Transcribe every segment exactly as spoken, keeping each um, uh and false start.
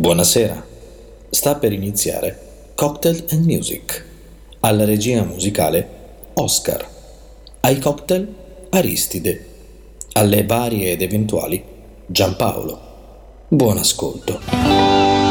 Buonasera, sta per iniziare Cocktail and Music, alla regia musicale Oscar, ai cocktail Aristide, alle varie ed eventuali Giampaolo. Buon ascolto.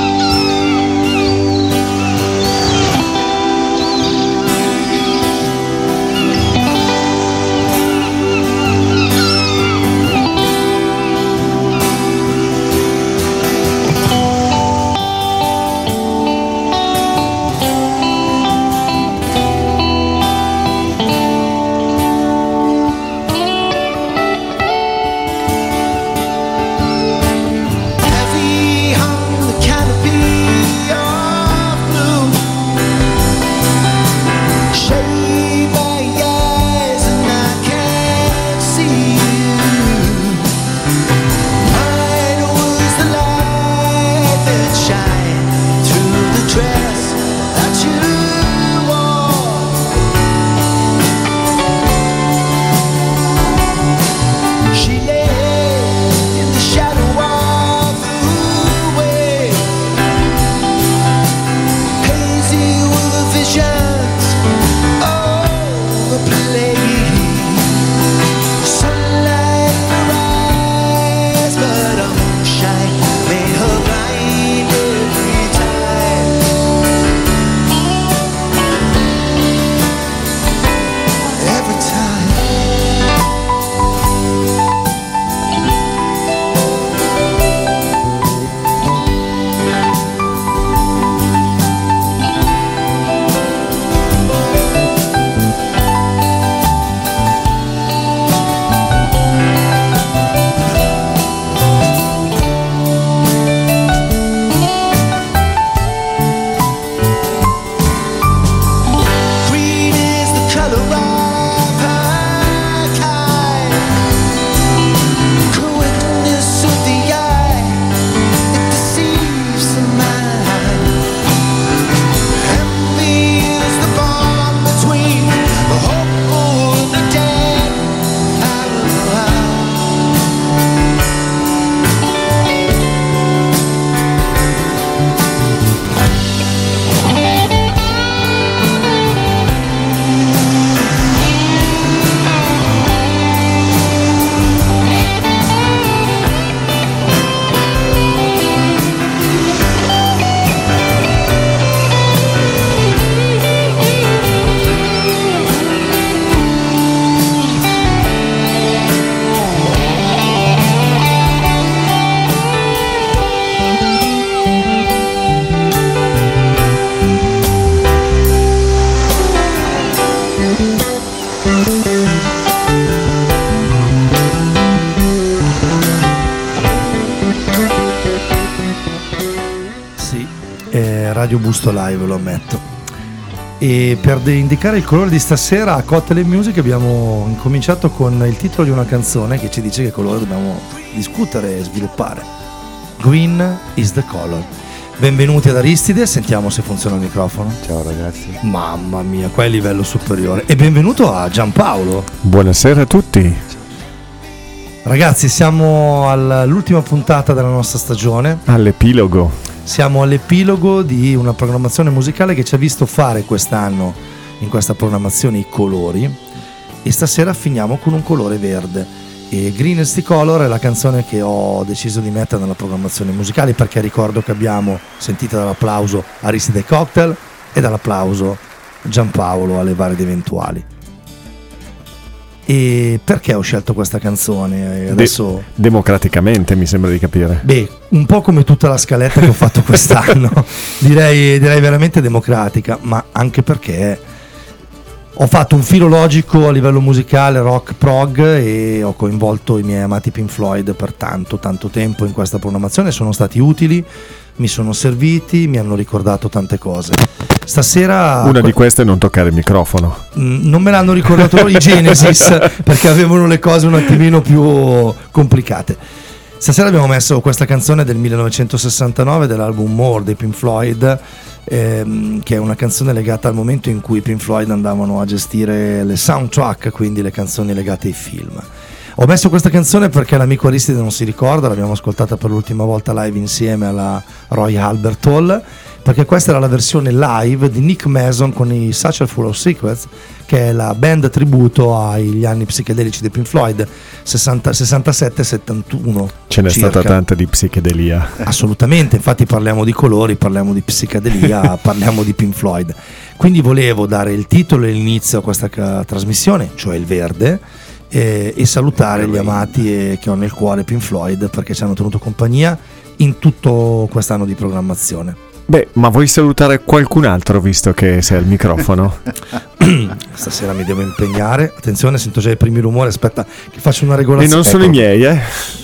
Radio Busto Live, lo ammetto. E per indicare il colore di stasera a Cocktail and Music abbiamo incominciato con il titolo di una canzone che ci dice che colore dobbiamo discutere e sviluppare. Green is the color. Benvenuti ad Aristide, sentiamo se funziona il microfono. Ciao ragazzi. Mamma mia, qua è livello superiore. E benvenuto a Giampaolo. Buonasera a tutti. Ragazzi, siamo all'ultima puntata della nostra stagione. All'epilogo. Siamo all'epilogo di una programmazione musicale che ci ha visto fare quest'anno in questa programmazione i colori, e stasera finiamo con un colore verde. E Green is the Color è la canzone che ho deciso di mettere nella programmazione musicale, perché ricordo che abbiamo sentito dall'applauso Aristide Cocktail e dall'applauso Giampaolo alle varie ed eventuali. E perché ho scelto questa canzone? Adesso De- democraticamente, mi sembra di capire. Beh, un po' come tutta la scaletta che ho fatto quest'anno. direi, direi veramente democratica, ma anche perché ho fatto un filo logico a livello musicale rock prog e ho coinvolto i miei amati Pink Floyd per tanto tanto tempo in questa programmazione. Sono stati utili, mi sono serviti, mi hanno ricordato tante cose. Stasera una di queste è non toccare il microfono. Non me l'hanno ricordato i Genesis perché avevano le cose un attimino più complicate. Stasera abbiamo messo questa canzone del millenovecentosessantanove dell'album More dei Pink Floyd, ehm, che è una canzone legata al momento in cui i Pink Floyd andavano a gestire le soundtrack, quindi le canzoni legate ai film. Ho messo questa canzone perché l'amico Aristide non si ricorda, l'abbiamo ascoltata per l'ultima volta live insieme alla Roy Albert Hall, perché questa era la versione live di Nick Mason con i Satchel Full of Secrets, che è la band tributo agli anni psichedelici di Pink Floyd, sessanta, sessantasette settantuno. Ce n'è circa. stata tanta di psichedelia. Assolutamente, infatti parliamo di colori, parliamo di psichedelia, parliamo di Pink Floyd. Quindi volevo dare il titolo e l'inizio a questa ca- trasmissione, cioè il verde, e, e salutare gli amati e, che ho nel cuore Pink Floyd, perché ci hanno tenuto compagnia in tutto quest'anno di programmazione. Beh, ma vuoi salutare qualcun altro visto che sei al microfono? Stasera mi devo impegnare. Attenzione, sento già i primi rumori. Aspetta che faccio una E regolazione. non sono Ecco. i miei, eh?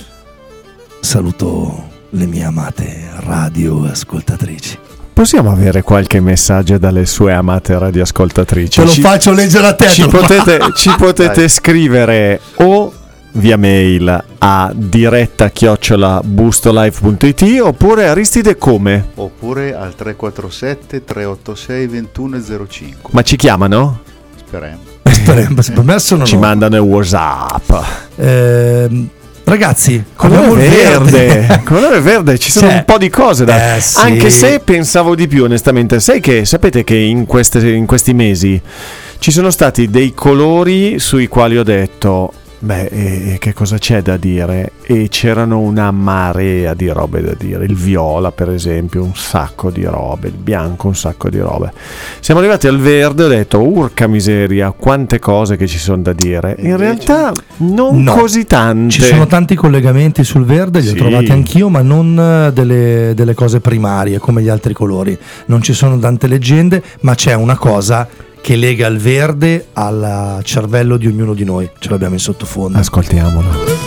Saluto le mie amate radio ascoltatrici. Possiamo avere qualche messaggio dalle sue amate radioascoltatrici? Te lo Ci- faccio leggere a te. Ci te lo potete, fa- ci potete Dai. scrivere o via mail a diretta chiocciola bustolive punto it oppure Aristide come? Oppure al tre quattro sette tre otto sei due uno zero cinque. Ma ci chiamano? Speriamo. Speriamo, se permesso non Ci ho. mandano il WhatsApp. Ehm, ragazzi, Colore abbiamo il verde, colore verde, ci sono Cioè, un po' di cose da... eh, sì. Anche se pensavo di più onestamente. Sai che sapete che in, queste, in questi mesi ci sono stati dei colori sui quali ho detto beh, e che cosa c'è da dire? E c'erano una marea di robe da dire. Il viola, per esempio, un sacco di robe. Il bianco, un sacco di robe. Siamo arrivati al verde, ho detto, urca miseria, quante cose che ci sono da dire. In Invece? realtà non No. così tante. Ci sono tanti collegamenti sul verde, li Sì. ho trovati anch'io, ma non eh, delle, delle cose primarie come gli altri colori. Non ci sono tante leggende, ma c'è una cosa che lega il verde al cervello di ognuno di noi. Ce l'abbiamo in sottofondo. Ascoltiamolo.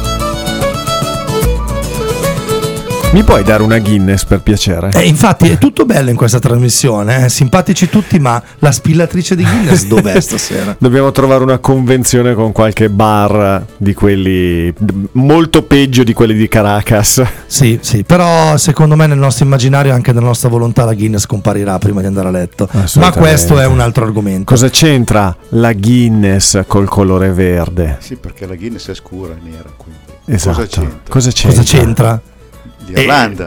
Mi puoi dare una Guinness per piacere? Eh, infatti è tutto bello in questa trasmissione, eh? Simpatici tutti, ma la spillatrice di Guinness dov'è stasera? Dobbiamo trovare una convenzione con qualche bar di quelli molto peggio di quelli di Caracas. Sì, sì, però secondo me nel nostro immaginario e anche nella nostra volontà la Guinness comparirà prima di andare a letto. Ma Assolutamente. questo è un altro argomento. Cosa c'entra la Guinness col colore verde? Sì, perché la Guinness è scura, nera, quindi. Esatto. Cosa c'entra? Cosa c'entra? Cosa c'entra? L'Irlanda. Eh,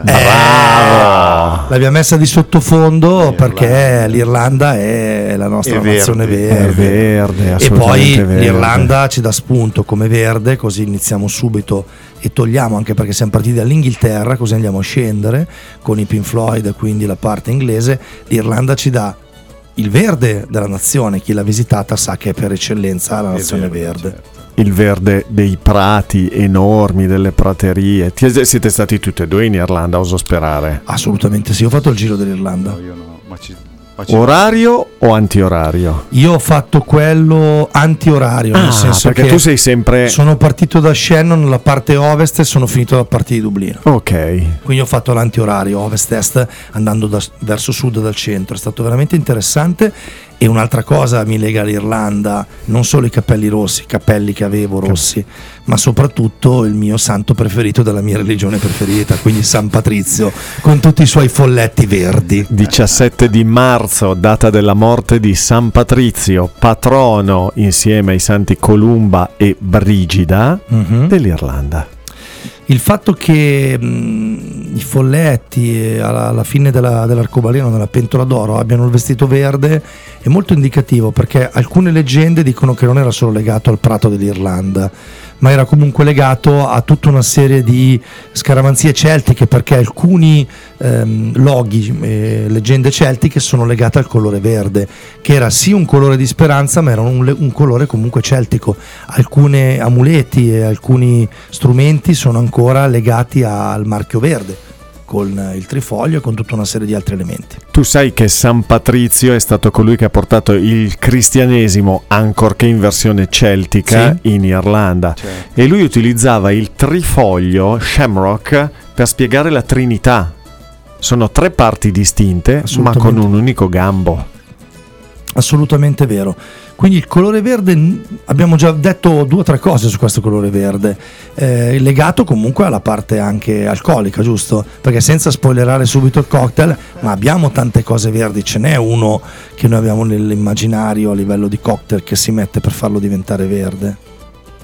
Bravo! L'abbiamo messa di sottofondo L'Irlanda. perché l'Irlanda è la nostra È verde. nazione È verde. verde, E poi assolutamente verde. l'Irlanda ci dà spunto come verde, così iniziamo subito e togliamo, anche perché siamo partiti dall'Inghilterra, così andiamo a scendere con i Pink Floyd, quindi la parte inglese. L'Irlanda ci dà il verde della nazione, chi l'ha visitata sa che è per eccellenza la È nazione verde. certo. Il verde dei prati enormi, delle praterie. Ti- Siete stati tutti e due in Irlanda, oso sperare. Assolutamente sì, ho fatto il giro dell'Irlanda. No, io no, ma ci, ma ci- Orario o antiorario? Io ho fatto quello antiorario, nel Ah, senso perché che tu sei sempre... sono partito da Shannon, la parte ovest, e sono finito dalla parte di Dublino. Ok. Quindi ho fatto l'antiorario ovest-est andando da- verso sud dal centro. È stato veramente interessante. E un'altra cosa mi lega all'Irlanda, non solo i capelli rossi, i capelli che avevo rossi, ma soprattutto il mio santo preferito della mia religione preferita, quindi San Patrizio, con tutti i suoi folletti verdi. diciassette di marzo, data della morte di San Patrizio, patrono insieme ai santi Columba e Brigida Mhm. dell'Irlanda. Il fatto che mh, i folletti eh, alla, alla fine della, dell'arcobaleno, nella pentola d'oro, abbiano il vestito verde è molto indicativo, perché alcune leggende dicono che non era solo legato al prato dell'Irlanda, ma era comunque legato a tutta una serie di scaramanzie celtiche, perché alcuni ehm, loghi, eh, leggende celtiche sono legate al colore verde, che era sì un colore di speranza, ma era un, le- un colore comunque celtico. Alcuni amuleti e alcuni strumenti sono ancora legati al marchio verde, con il trifoglio e con tutta una serie di altri elementi. Tu sai che San Patrizio è stato colui che ha portato il cristianesimo, ancorché in versione celtica, Sì. in Irlanda. Certo. E lui utilizzava il trifoglio Shamrock per spiegare la Trinità. Sono tre parti distinte, ma Assolutamente. con un unico gambo. Assolutamente vero. Quindi il colore verde, n- abbiamo già detto due o tre cose su questo colore verde, eh, legato comunque alla parte anche alcolica, giusto? Perché senza spoilerare subito il cocktail, ma abbiamo tante cose verdi, ce n'è uno che noi abbiamo nell'immaginario a livello di cocktail che si mette per farlo diventare verde.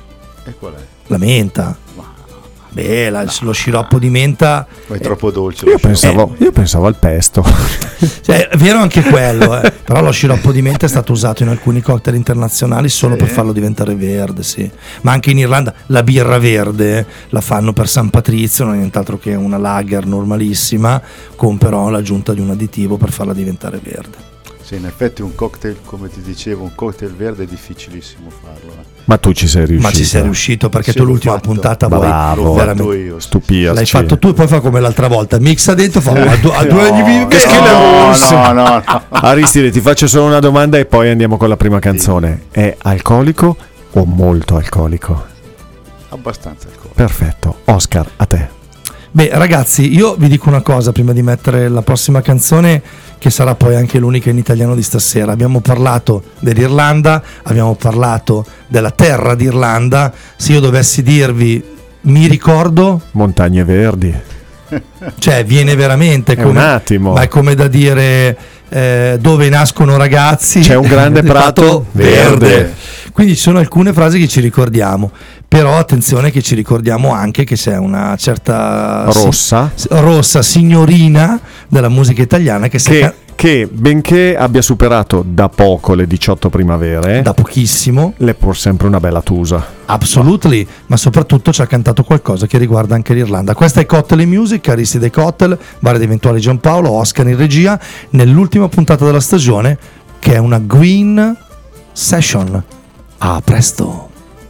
E qual è? La menta. Beh, la, lo sciroppo di menta Ma è troppo dolce. Io pensavo, io pensavo al pesto. Cioè, è vero anche quello, eh. Però lo sciroppo di menta è stato usato in alcuni cocktail internazionali solo Sì. per farlo diventare verde, sì. Ma anche in Irlanda la birra verde la fanno per San Patrizio, non è nient'altro che una lager normalissima, con però l'aggiunta di un additivo per farla diventare verde. Sì, in effetti un cocktail, come ti dicevo, un cocktail verde è difficilissimo farlo. Eh. Ma tu ci sei riuscito? Ma ci sei riuscito perché Sì, tu l'ho l'ultima fatto. puntata Bravo. vuoi L'ho veramente fatto io. sì. Stupirci. l'hai fatto tu e poi fa come l'altra volta, mixa dentro, fa a due, a due No, Che schifo. no, no, no, no. Aristide, ti faccio solo una domanda e poi andiamo con la prima canzone. È alcolico o molto alcolico? Abbastanza alcolico. Perfetto. Oscar, a te. Beh, ragazzi, io vi dico una cosa prima di mettere la prossima canzone, che sarà poi anche l'unica in italiano di stasera. Abbiamo parlato dell'Irlanda, abbiamo parlato della terra d'Irlanda. Se io dovessi dirvi, mi ricordo, Montagne Verdi. cioè viene veramente È come, un attimo. ma è come da dire eh, dove nascono ragazzi. C'è un grande Il prato verde. Quindi ci sono alcune frasi che ci ricordiamo, però attenzione che ci ricordiamo anche che c'è una certa Rossa. si- rossa signorina della musica italiana che, si è Che, ca- che benché abbia superato da poco le diciotto primavere, da pochissimo, le è pur sempre una bella tusa. absolutely, ma soprattutto ci ha cantato qualcosa che riguarda anche l'Irlanda. Questa è Cocktail Music, Aristide Cocktail, Bar ed Eventuali Giampaolo, Oscar in regia, nell'ultima puntata della stagione, che è una Green Session. A presto.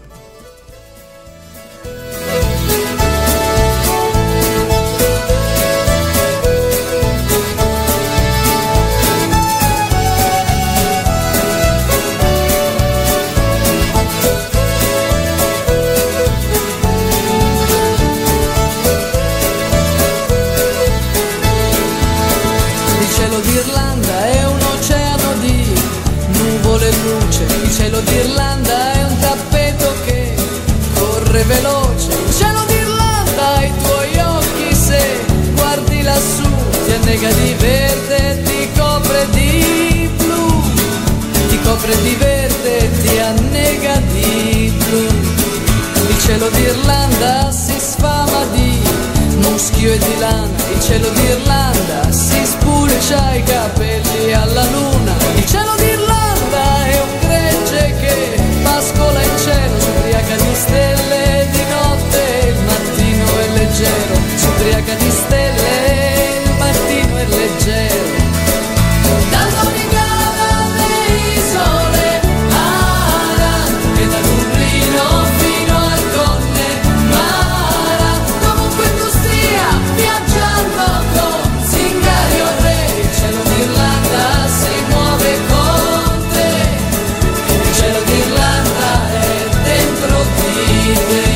Il cielo d'Irlanda è un oceano di nuvole e luce. Il cielo d'Irlanda è un tappeto che corre veloce. Il cielo d'Irlanda ai tuoi occhi, se guardi lassù, ti annega di verde, ti copre di blu. Ti copre di verde, ti annega di blu. Il cielo d'Irlanda si sfama di muschio e di lana. Il cielo d'Irlanda si spulcia i capelli alla luna. Il cielo d'Irlanda è un gregge che pascola in cielo, si ubriaca di stelle di notte, il mattino è leggero. Si ubriaca di stelle, il mattino è leggero. Dal Dominicana alle isole Aran e da Dublino fino al Connemara, dovunque tu stia viaggiando con zingari o re, il cielo d'Irlanda si muove con te, il cielo d'Irlanda è dentro di te.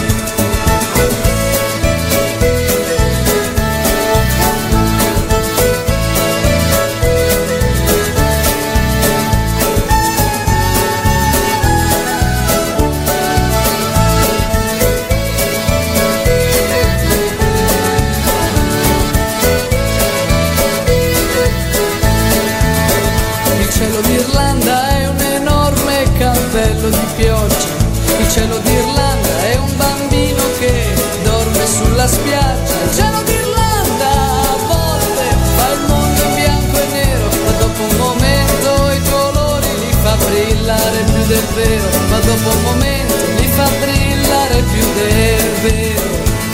Il cielo d'Irlanda è un enorme cappello di pioggia. Il cielo d'Irlanda è un bambino che dorme sulla spiaggia. Il cielo d'Irlanda a volte fa il mondo in bianco e nero, ma dopo un momento i colori li fa brillare più del vero. Ma dopo un momento li fa brillare più del vero.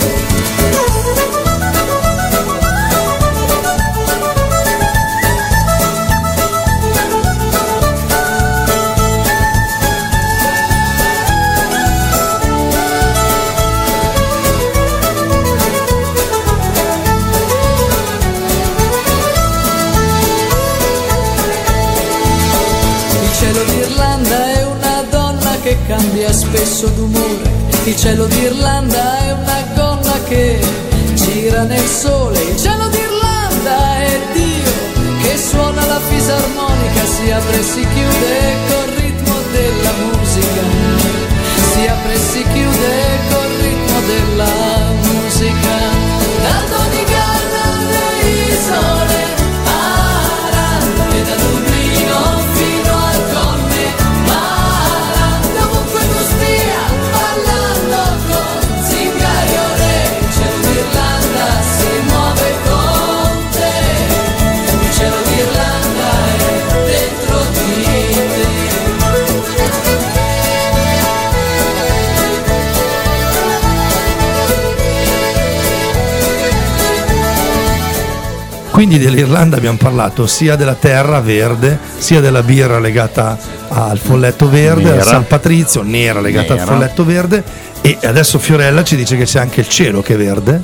Il cielo d'Irlanda è una donna che cambia spesso d'umore. Il cielo d'Irlanda è una gonna che gira nel sole. Il cielo d'Irlanda è Dio che suona la fisarmonica, si apre e si chiude col ritmo della musica. Si apre e si chiude col ritmo della musica. Dal Dominicana alle isole Aran e da Dublino fino al Connemara, dovunque tu stia ballando quindi dell'Irlanda abbiamo parlato sia della terra verde, sia della birra legata al folletto verde, Nera. al San Patrizio, nera legata Nera. al folletto verde, e adesso Fiorella ci dice che c'è anche il cielo che è verde.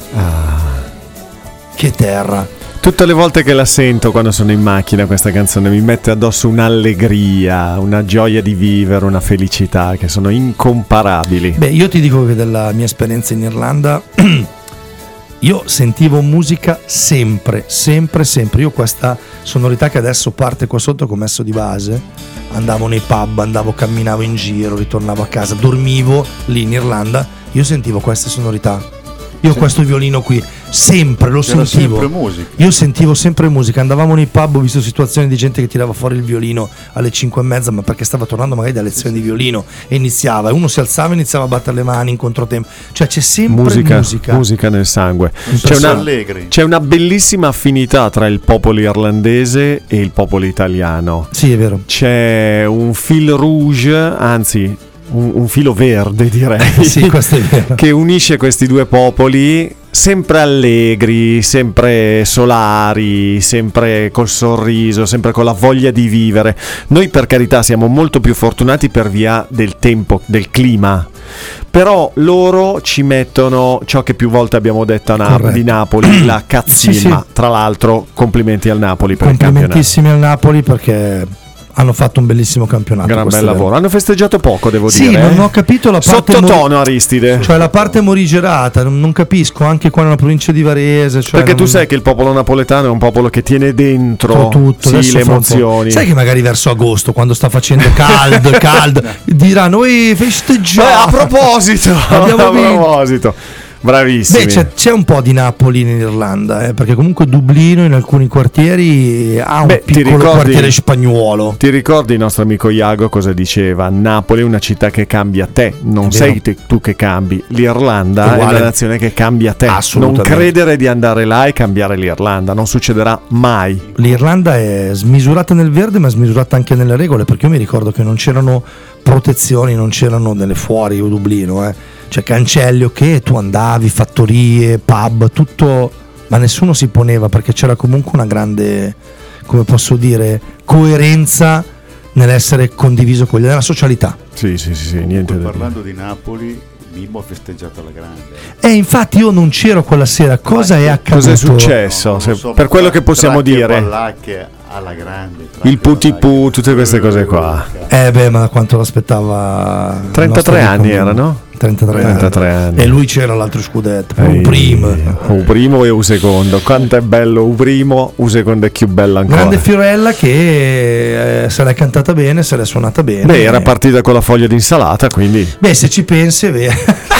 Che terra. Tutte le volte che la sento quando sono in macchina questa canzone mi mette addosso un'allegria, una gioia di vivere, una felicità che sono incomparabili. Beh, io ti dico che della mia esperienza in Irlanda io sentivo musica sempre, sempre, sempre. Io questa sonorità che adesso parte qua sotto come messo di base, andavo nei pub, andavo, camminavo in giro, ritornavo a casa, dormivo lì in Irlanda, io sentivo queste sonorità. Io Sì. questo violino qui, sempre lo C'era sentivo. sempre musica. Io sentivo sempre musica, andavamo nei pub, ho visto situazioni di gente che tirava fuori il violino alle cinque e mezza, ma perché stava tornando magari da lezioni di violino e iniziava, e uno si alzava e iniziava a battere le mani in controtempo. Cioè c'è sempre Musica, musica. musica nel sangue. C'è Sono una, allegri. c'è una bellissima affinità tra il popolo irlandese e il popolo italiano. Sì, è vero. C'è un fil rouge, anzi un, un filo verde direi, Sì, questo è vero. che unisce questi due popoli, sempre allegri, sempre solari, sempre col sorriso, sempre con la voglia di vivere. Noi per carità siamo molto più fortunati per via del tempo, del clima, però loro ci mettono ciò che più volte abbiamo detto a Nap- Corretto. di Napoli, la cazzimma. Sì, sì. Tra l'altro complimenti al Napoli per il campionato. Complimentissimi al Napoli perché hanno fatto un bellissimo campionato. Gran bel questo è vero. lavoro. Hanno festeggiato poco, devo Sì, dire. non eh. ho capito la parte Sottotono mori- Aristide. Cioè la parte morigerata, non, non capisco, anche qua nella provincia di Varese. Cioè Perché tu non- sai che il popolo napoletano è un popolo che tiene dentro tutto, sì, adesso le fra un po'. emozioni. Sai che magari verso agosto, quando sta facendo caldo, caldo, diranno "Noi festeggiamo". Beh, a proposito, Abbiamo a vinto. proposito. Bravissimi. Beh, c'è, c'è un po' di Napoli in Irlanda, eh, perché comunque Dublino in alcuni quartieri ha un Beh, ti piccolo ricordi- quartiere spagnuolo. Ti ricordi il nostro amico Iago cosa diceva? Napoli è una città che cambia te, non È sei vero. te- tu che cambi. L'Irlanda è Uguale. una nazione che cambia te. Non Assolutamente. credere di andare là e cambiare l'Irlanda, non succederà mai. L'Irlanda è smisurata nel verde, ma smisurata anche nelle regole, perché io mi ricordo che non c'erano protezioni, non c'erano delle fuori o Dublino, eh. Cioè cancelli, ok, tu andavi, fattorie, pub, tutto, ma nessuno si poneva perché c'era comunque una grande, come posso dire, coerenza nell'essere condiviso con gli, nella socialità. Sì, sì, sì, sì, niente da dire. Parlando di Napoli, Mimmo ha festeggiato alla grande. E infatti io non c'ero quella sera, cosa è accaduto? Cos'è successo? Non Se- lo so, per quello che possiamo tra che dire. Ballacche alla grande, tra Il che putipu, Ballacche- tutte queste cose qua. Eh beh, ma quanto l'aspettava? il trentatré nostro anni amico Mimmo. erano? trentatré, trentatré anni. E lui c'era l'altro scudetto, Ehi, un primo. un primo e un secondo. Quanto è bello un primo, un secondo è più bello ancora. Grande Fiorella che eh, se l'è cantata bene, se l'è suonata bene. Beh, era partita con la foglia d'insalata, quindi Beh, se ci pensi è vero.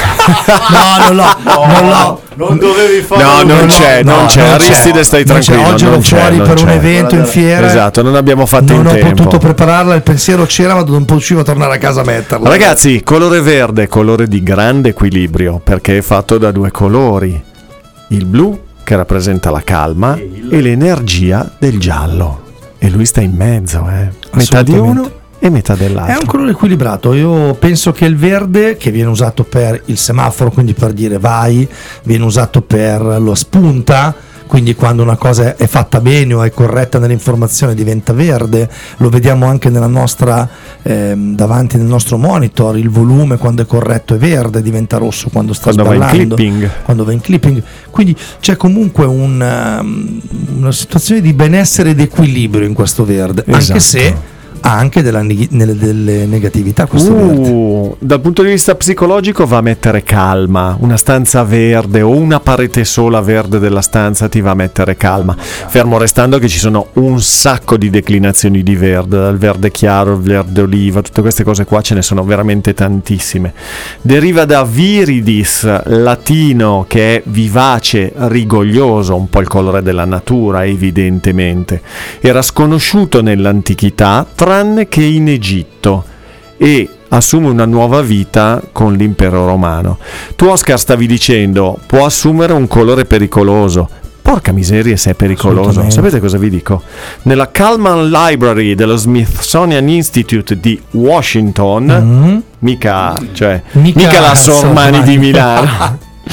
no, non l'ho, non l'ho. Non dovevi fare No, un- non c'è, no, non c'è. non Aristide, c'è. stai Non c'è. tranquillo. Oggi non ero c'è, fuori non per un c'è. evento in fiera. Esatto, non abbiamo fatto Non in ho tempo. potuto prepararla, il pensiero c'era, ma non riuscivo a tornare a casa a metterla. Ragazzi, colore verde, colore di grande equilibrio, perché è fatto da due colori. Il blu, che rappresenta la calma, e l'energia del giallo. E lui sta in mezzo, eh. Metà di Assolutamente. uno e metà dell'altro. È un colore equilibrato. Io penso che il verde, che viene usato per il semaforo, quindi per dire vai, viene usato per lo spunta, quindi quando una cosa è fatta bene o è corretta nell'informazione diventa verde. Lo vediamo anche nella nostra ehm, davanti nel nostro monitor, il volume quando è corretto è verde, diventa rosso quando sta Quando va in sballando, clipping. quando va in clipping. Quindi c'è comunque un, um, una situazione di benessere ed equilibrio in questo verde, anche Esatto. se ha anche della neg- nelle- delle negatività questo verde. Uh, dal punto di vista psicologico va a mettere calma. Una stanza verde o una parete sola verde della stanza ti va a mettere calma, fermo restando che ci sono un sacco di declinazioni di verde, dal verde chiaro al verde oliva, tutte queste cose qua ce ne sono veramente tantissime. Deriva da viridis, latino, che è vivace, rigoglioso, un po' il colore della natura evidentemente. Era sconosciuto nell'antichità tranne che in Egitto, e assume una nuova vita con l'impero romano. Tu, Oscar, stavi dicendo può assumere un colore pericoloso. Porca miseria se è pericoloso. Assolutamente. Sapete cosa vi dico? Nella Cullman Library dello Smithsonian Institute di Washington, Mm. mica, cioè, Mica mica, la Sormani. Sormani di Milano,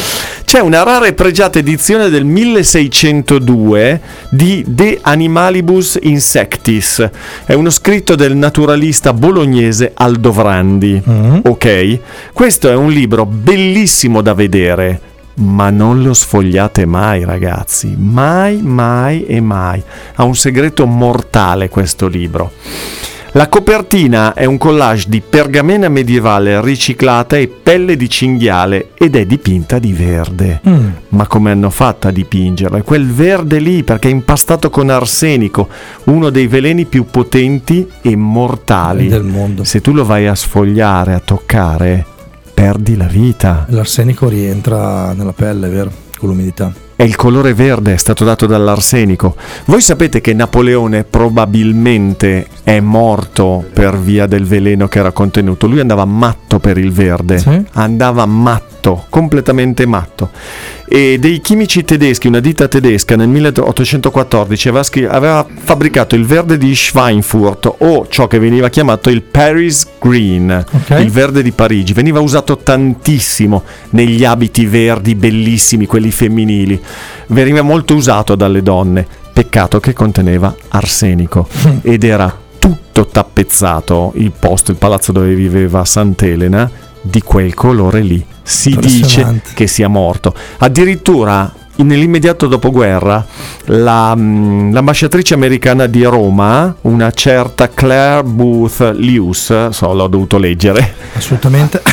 c'è una rara e pregiata edizione del milleseicentodue di De Animalibus Insectis, è uno scritto del naturalista bolognese Aldo Vrandi. Mm. Ok, questo è un libro bellissimo da vedere, ma non lo sfogliate mai, ragazzi, mai, mai e mai. Ha un segreto mortale questo libro. La copertina è un collage di pergamena medievale riciclata e pelle di cinghiale ed è dipinta di verde. Mm. Ma come hanno fatto a dipingerla? È quel verde lì perché è impastato con arsenico, uno dei veleni più potenti e mortali del mondo. Se tu lo vai a sfogliare, a toccare, perdi la vita. L'arsenico rientra nella pelle, vero? Con l'umidità. E il colore verde è stato dato dall'arsenico. Voi sapete che Napoleone probabilmente è morto per via del veleno che era contenuto. Lui andava matto per il verde, sì? Andava matto, completamente matto. E dei chimici tedeschi, una ditta tedesca nel milleottocentoquattordici aveva, scr- aveva fabbricato il verde di Schweinfurt, o ciò che veniva chiamato il Paris Green, okay. Il verde di Parigi. Veniva usato tantissimo negli abiti verdi bellissimi, quelli femminili. Veniva molto usato dalle donne. Peccato che conteneva arsenico ed era tutto tappezzato il posto, il palazzo dove viveva Sant'Elena, di quel colore lì. Si dice che sia morto. Addirittura nell'immediato dopoguerra la, l'ambasciatrice americana di Roma, una certa Claire Booth Lewis, so, l'ho dovuto leggere assolutamente,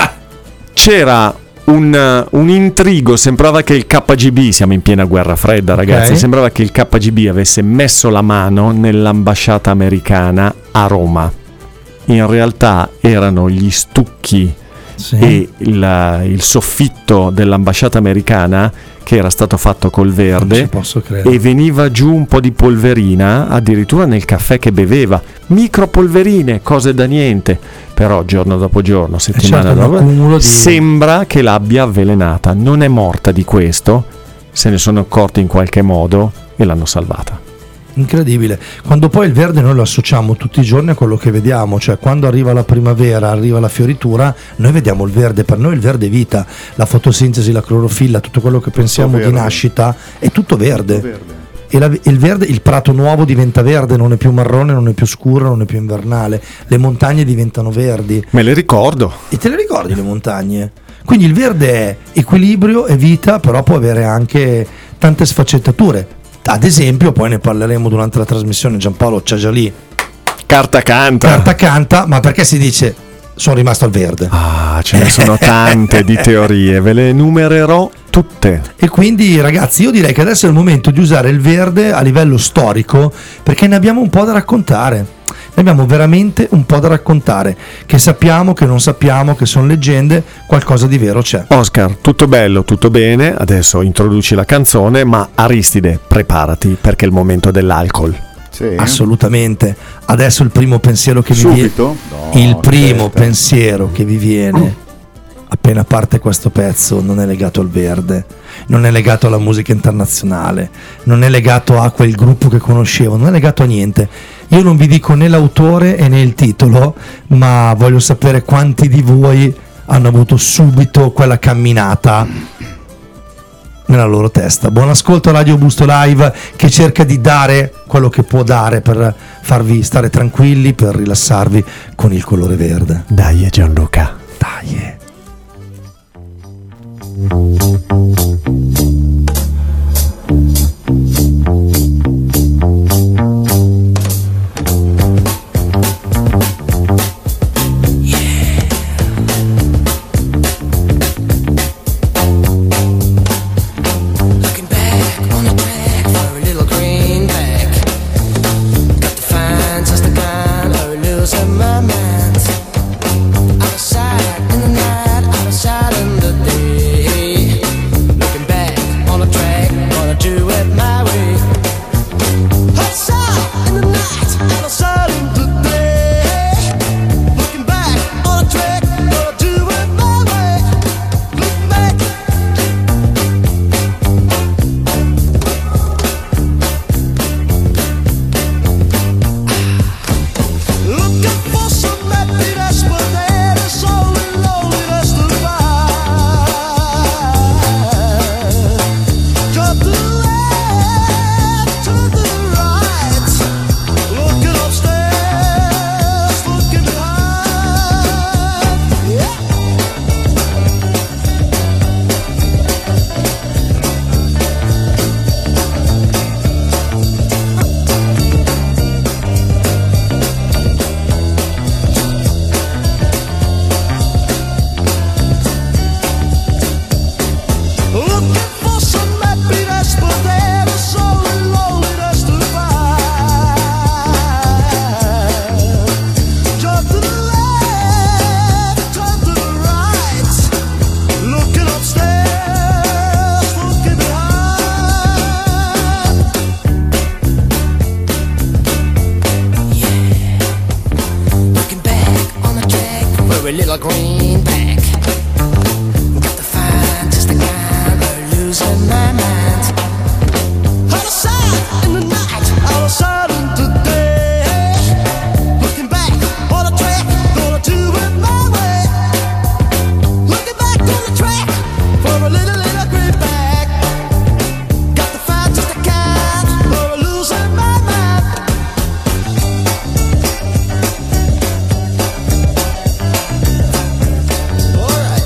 c'era un, un intrigo, sembrava che il K G B, siamo in piena guerra fredda ragazzi, okay. Sembrava che il K G B avesse messo la mano nell'ambasciata americana a Roma. In realtà erano gli stucchi, sì. E il, il soffitto dell'ambasciata americana che era stato fatto col verde, posso credere. E veniva giù un po' di polverina addirittura nel caffè che beveva, micropolverine, cose da niente, però giorno dopo giorno, settimana certo, dopo di... sembra che l'abbia avvelenata. Non è morta di questo, se ne sono accorti in qualche modo e l'hanno salvata. Incredibile, quando poi il verde noi lo associamo tutti i giorni a quello che vediamo, cioè quando arriva la primavera, arriva la fioritura, noi vediamo il verde, per noi il verde è vita, la fotosintesi, la clorofilla, tutto quello che pensiamo di nascita è tutto verde, tutto verde. E la, il verde, il prato nuovo diventa verde, non è più marrone, non è più scuro, non è più invernale, le montagne diventano verdi. Me le ricordo. E te le ricordi le montagne? Quindi il verde è equilibrio, è vita, però può avere anche tante sfaccettature. Ad esempio, poi ne parleremo durante la trasmissione, Giampaolo c'è già lì. Carta canta. Carta canta, ma perché si dice sono rimasto al verde? Ah, ce ne sono tante di teorie, ve le enumererò tutte. E quindi ragazzi, io direi che adesso è il momento di usare il verde a livello storico, perché ne abbiamo un po' da raccontare. Ne abbiamo veramente un po' da raccontare, che sappiamo, che non sappiamo, che sono leggende, qualcosa di vero c'è. Oscar, tutto bello, tutto bene, adesso introduci la canzone, ma Aristide, preparati perché è il momento dell'alcol. Sì. Assolutamente. Adesso il primo pensiero che Subito? vi viene. No, il primo aspetta. pensiero che vi viene appena parte questo pezzo non è legato al verde, non è legato alla musica internazionale, non è legato a quel gruppo che conoscevo, non è legato a niente. Io non vi dico né l'autore e né il titolo, ma voglio sapere quanti di voi hanno avuto subito quella camminata nella loro testa. Buon ascolto a Radio Busto Live, che cerca di dare quello che può dare per farvi stare tranquilli, per rilassarvi con il colore verde. Dai Gianluca, dai. My mind, outside in the night. losing my mind. Out of sight in the night, out of sight in the day. Looking back on the track, gonna do it my way. Looking back on the track for a little, little greenback. Got to find just a kind or losing my mind. All right.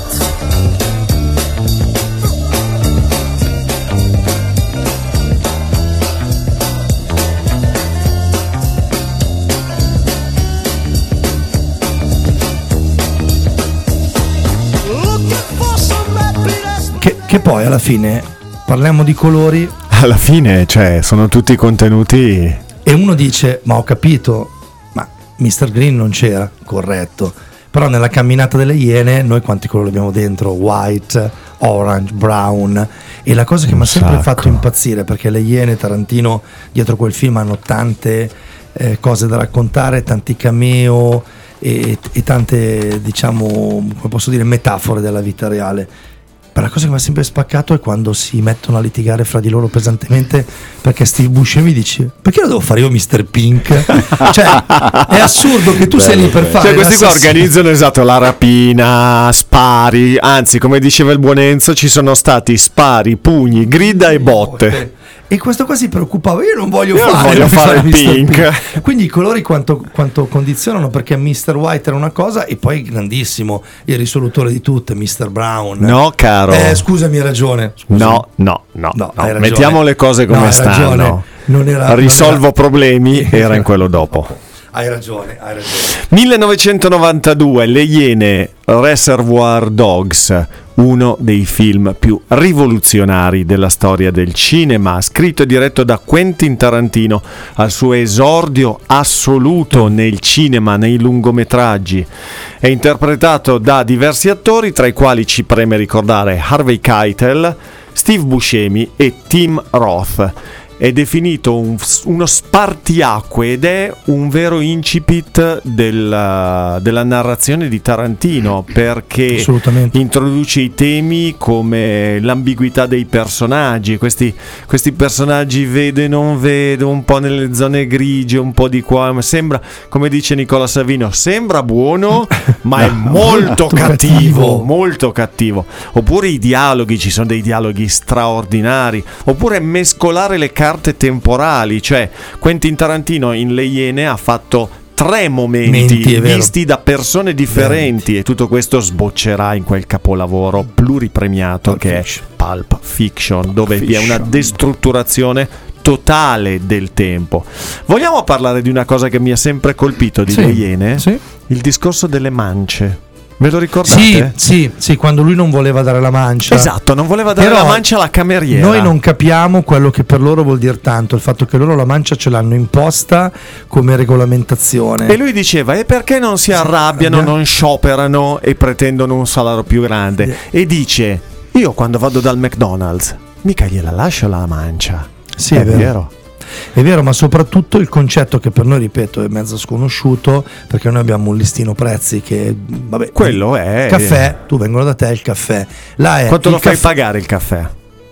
Looking for some happiness. Che, che poi alla fine parliamo di colori Alla fine, cioè, sono tutti contenuti. e uno dice ma ho capito, ma mister Green non c'era, corretto, però nella camminata delle Iene noi quanti colori abbiamo dentro? White, orange, brown. E la cosa che Un mi ha sempre sacco. fatto impazzire, perché le Iene, Tarantino dietro quel film hanno tante eh, cose da raccontare, tanti cameo e, e tante, diciamo, come posso dire, metafore della vita reale. Ma la cosa che mi ha sempre spaccato è quando si mettono a litigare fra di loro pesantemente, perché Steve Buscemi dice perché lo devo fare io mister Pink? Cioè è assurdo che tu sei lì per fare Cioè, questi qua l'assassino. organizzano, esatto, la rapina, spari, anzi, come diceva il buon Enzo, ci sono stati spari, pugni, grida e botte. E questo qua si preoccupava, io non voglio Io non fare, voglio fare il mister Pink. Quindi i colori quanto, quanto condizionano, perché mister White era una cosa e poi grandissimo, il risolutore di tutte, mister Brown. No, caro. Eh, scusami, hai ragione. Scusami. No, no, no, No, no. hai ragione. Mettiamo le cose come No, hai stanno. ragione. Non era- Risolvo non era- problemi, era in quello dopo. Hai ragione, hai ragione. millenovecentonovantadue, Le Iene, Reservoir Dogs, uno dei film più rivoluzionari della storia del cinema, scritto e diretto da Quentin Tarantino al suo esordio assoluto nel cinema, nei lungometraggi. È interpretato da diversi attori, tra i quali ci preme ricordare Harvey Keitel, Steve Buscemi e Tim Roth. È definito un- uno spartiacque ed è un vero incipit della, della narrazione di Tarantino, perché Assolutamente. introduce i temi come l'ambiguità dei personaggi, questi, questi personaggi vede non vede, un po' nelle zone grigie, un po' di qua, ma sembra, come dice Nicola Savino, sembra buono ma è molto molto cattivo, cattivo. molto cattivo. Oppure i dialoghi, ci sono dei dialoghi straordinari, oppure mescolare le carte temporali, cioè Quentin Tarantino in Le Iene ha fatto tre momenti Menti, è vero. visti da persone differenti, e tutto questo sboccerà in quel capolavoro pluripremiato Pulp che Fiction. è Pulp Fiction, dove vi è una Fiction. destrutturazione totale del tempo. Vogliamo parlare di una cosa che mi ha sempre colpito di Sì, Le Iene? sì. Il discorso delle mance. Ve lo ricordate? Sì, sì, sì, quando lui non voleva dare la mancia. Esatto, non voleva dare Però la mancia alla cameriera. Noi non capiamo quello che per loro vuol dire tanto, il fatto che loro la mancia ce l'hanno imposta come regolamentazione. E lui diceva: e perché non si arrabbiano, Abbiamo- non scioperano e pretendono un salario più grande? E dice: io quando vado dal McDonald's mica gliela lascio la mancia. Sì, è vero. È vero, ma soprattutto il concetto che per noi, ripeto, è mezzo sconosciuto, perché noi abbiamo un listino prezzi che, vabbè, Quello è. caffè, tu vengono da te il caffè. Là è Quanto il lo fai caffè- pagare il caffè?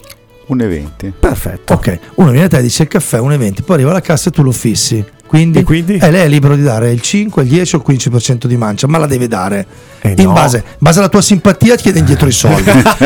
un e venti. Perfetto. Ok, uno viene da te e dice il caffè uno e venti, poi arriva alla cassa e tu lo fissi. Quindi, E quindi? Eh, lei è libero di dare il cinque, il dieci o il quindici per cento di mancia, ma la deve dare. Eh in no. base, in base alla tua simpatia ti chiede indietro i soldi.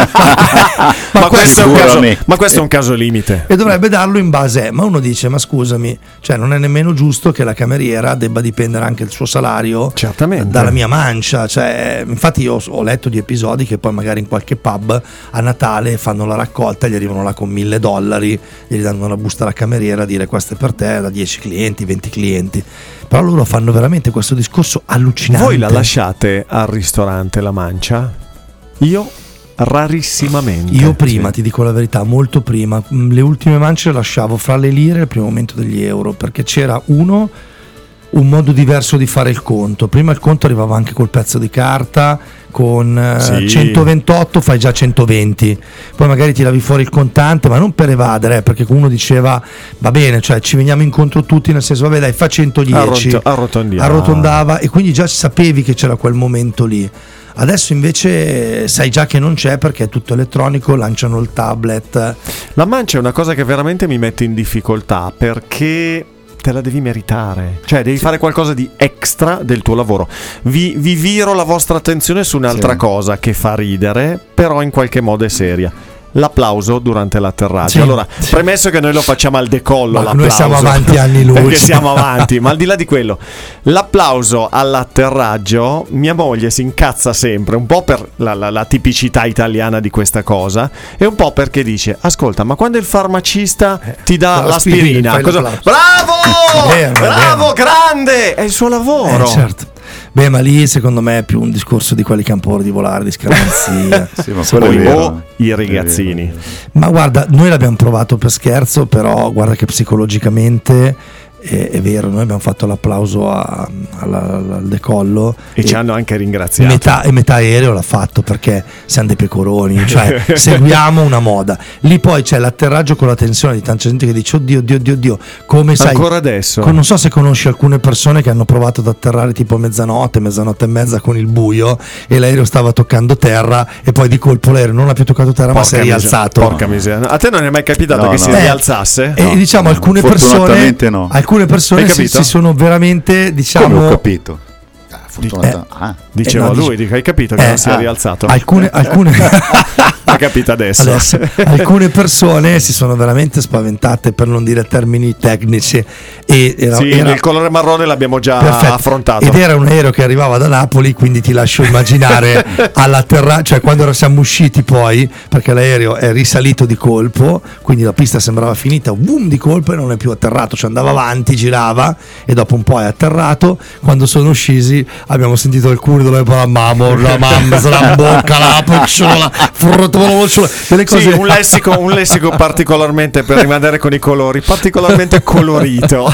ma, Ma, questo è un caso, sicuramente. ma questo è un caso limite. e dovrebbe darlo in base, ma uno dice ma scusami, cioè non è nemmeno giusto che la cameriera debba dipendere anche il suo salario Certamente. dalla mia mancia, cioè, infatti io ho letto di episodi che poi magari in qualche pub a Natale fanno la raccolta, gli arrivano là con mille dollari, gli danno una busta alla cameriera a dire questo è per te, da dieci clienti, venti clienti, però loro fanno veramente questo discorso allucinante. Voi la lasciate al ristorante la mancia? Io rarissimamente. Io prima, Sì. ti dico la verità, molto prima, mh, le ultime mance le lasciavo fra le lire e il primo momento degli euro, perché c'era uno un modo diverso di fare il conto. Prima il conto arrivava anche col pezzo di carta, con eh, Sì. centoventotto fai già centoventi, poi magari tiravi fuori il contante, ma non per evadere, eh, perché uno diceva va bene, cioè ci veniamo incontro tutti, nel senso vabbè dai fa centodieci, Arrot- arrotondiamo. arrotondava, e quindi già sapevi che c'era quel momento lì. Adesso invece sai già che non c'è perché è tutto elettronico, lanciano il tablet. La mancia è una cosa che veramente mi mette in difficoltà perché te la devi meritare, cioè devi sì. fare qualcosa di extra del tuo lavoro. Vi, vi viro la vostra attenzione su un'altra sì. cosa che fa ridere, però in qualche modo è seria. L'applauso durante l'atterraggio. Sì, allora, sì. premesso che noi lo facciamo al decollo, ma noi siamo avanti anni luce. Perché siamo avanti, ma al di là di quello, l'applauso all'atterraggio, mia moglie si incazza sempre, un po' per la, la, la tipicità italiana di questa cosa, e un po' perché dice: ascolta, ma quando il farmacista ti dà eh, l'aspirina, cosa... bravo! Bene, bravo, bene. Grande! È il suo lavoro. Eh, certo. Beh, ma lì secondo me è più un discorso di quelli che hanno paura di volare, di scaramanzia. Sì, ma quello è vero. I ragazzini. Ma guarda, noi l'abbiamo provato per scherzo, però guarda che psicologicamente è, è vero, noi abbiamo fatto l'applauso a, alla, al decollo e, e ci hanno anche ringraziato. Metà, e metà aereo l'ha fatto perché siamo dei pecoroni, cioè seguiamo una moda. Lì poi c'è l'atterraggio con la tensione di tanta gente che dice oddio, oddio, oddio, oddio. Come sai, ancora adesso. Con, non so se conosci alcune persone che hanno provato ad atterrare tipo mezzanotte, mezzanotte e mezza con il buio e l'aereo stava toccando terra e poi di colpo l'aereo non ha più toccato terra porca ma si è rialzato. Porca miseria. A te non è mai capitato no, che no. si eh, rialzasse? E no, diciamo alcune persone no. alcune persone si, si sono veramente diciamo come ho capito eh, ah. diceva eh, no, lui dice, hai capito che eh, non si è ah, rialzato alcune alcune ha capito adesso. adesso alcune persone si sono veramente spaventate, per non dire termini tecnici, e era, sì, era... il colore marrone l'abbiamo già perfetto. affrontato ed era un aereo che arrivava da Napoli, quindi ti lascio immaginare all'atterraggio, cioè quando siamo usciti poi, perché l'aereo è risalito di colpo, quindi la pista sembrava finita, boom di colpo e non è più atterrato, cioè andava avanti, girava e dopo un po' è atterrato. Quando sono scesi abbiamo sentito alcuni dove la mamma la mamma se la bocca la picciola delle cose. Sì, un lessico, un lessico particolarmente, per rimanere con i colori, particolarmente colorito.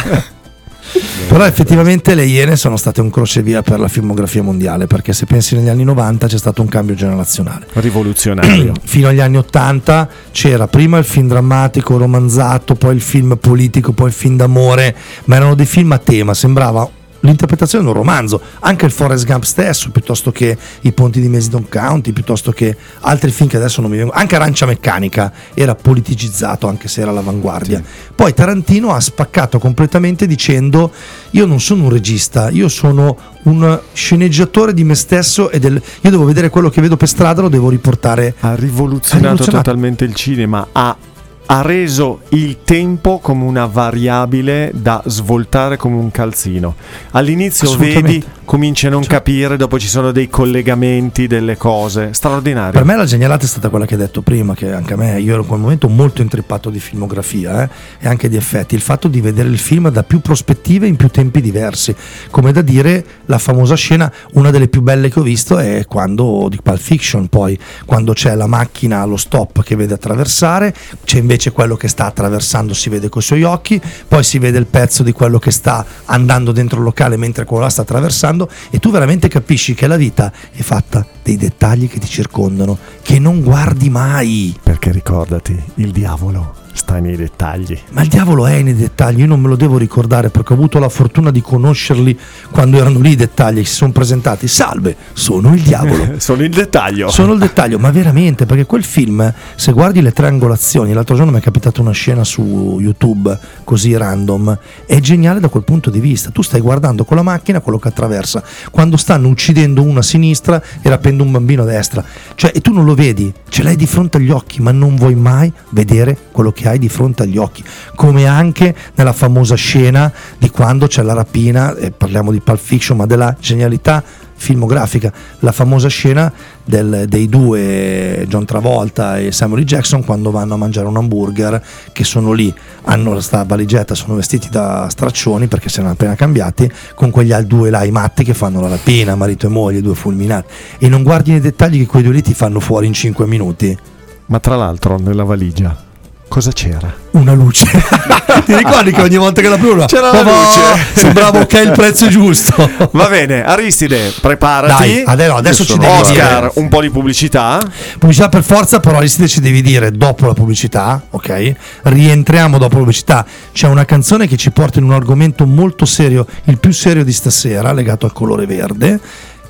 Però effettivamente le Iene sono state un crocevia per la filmografia mondiale, perché se pensi negli anni novanta c'è stato un cambio generazionale rivoluzionario. Fino agli anni ottanta c'era prima il film drammatico romanzato, poi il film politico, poi il film d'amore, ma erano dei film a tema, sembrava l'interpretazione di un romanzo, anche il Forrest Gump stesso, piuttosto che I Ponti di Madison County, piuttosto che altri film che adesso non mi vengono, anche Arancia Meccanica era politicizzato, anche se era all'avanguardia. Sì. Poi Tarantino ha spaccato completamente dicendo: io non sono un regista, io sono un sceneggiatore di me stesso e del, io devo vedere quello che vedo per strada, lo devo riportare. Ha rivoluzionato, ha rivoluzionato. totalmente il cinema, ha ha reso il tempo come una variabile da svoltare come un calzino. All'inizio vedi, cominci a non cioè, capire, dopo ci sono dei collegamenti, delle cose straordinarie. Per me la genialata è stata quella che hai detto prima, che anche a me, io ero in quel momento molto intrippato di filmografia eh, e anche di effetti, il fatto di vedere il film da più prospettive in più tempi diversi, come da dire la famosa scena, una delle più belle che ho visto è quando di Pulp Fiction, poi quando c'è la macchina allo stop che vede attraversare, c'è invece quello che sta attraversando si vede coi suoi occhi, poi si vede il pezzo di quello che sta andando dentro il locale mentre quello là sta attraversando, e tu veramente capisci che la vita è fatta dei dettagli che ti circondano, che non guardi mai, perché ricordati, il diavolo sta nei dettagli. Ma il diavolo è nei dettagli, io non me lo devo ricordare perché ho avuto la fortuna di conoscerli quando erano lì i dettagli, si sono presentati, salve, sono il diavolo. Sono il dettaglio. Sono il dettaglio, ma veramente, perché quel film, se guardi le triangolazioni, l'altro giorno mi è capitata una scena su YouTube, così random, è geniale da quel punto di vista. Tu stai guardando con la macchina quello che attraversa, quando stanno uccidendo una a sinistra e rapendo un bambino a destra, cioè, e tu non lo vedi, ce l'hai di fronte agli occhi, ma non vuoi mai vedere quello che hai di fronte agli occhi, come anche nella famosa scena di quando c'è la rapina, eh, parliamo di Pulp Fiction, ma della genialità filmografica, la famosa scena del, dei due, John Travolta e Samuel L. Jackson, quando vanno a mangiare un hamburger, che sono lì, hanno sta valigetta, sono vestiti da straccioni perché si erano appena cambiati, con quegli due là, i matti che fanno la rapina, marito e moglie, due fulminati, e non guardi nei dettagli che quei due lì ti fanno fuori in cinque minuti. Ma tra l'altro nella valigia cosa c'era? Una luce. Ti ricordi che ogni volta che la prima c'era la luce? Sembrava che il prezzo è giusto. Va bene, Aristide, preparati. Dai, adesso, adesso ci devi Oscar, dire un po' di pubblicità. Pubblicità per forza, però Aristide ci devi dire dopo la pubblicità, ok? Rientriamo dopo la pubblicità. C'è una canzone che ci porta in un argomento molto serio, il più serio di stasera, legato al colore verde,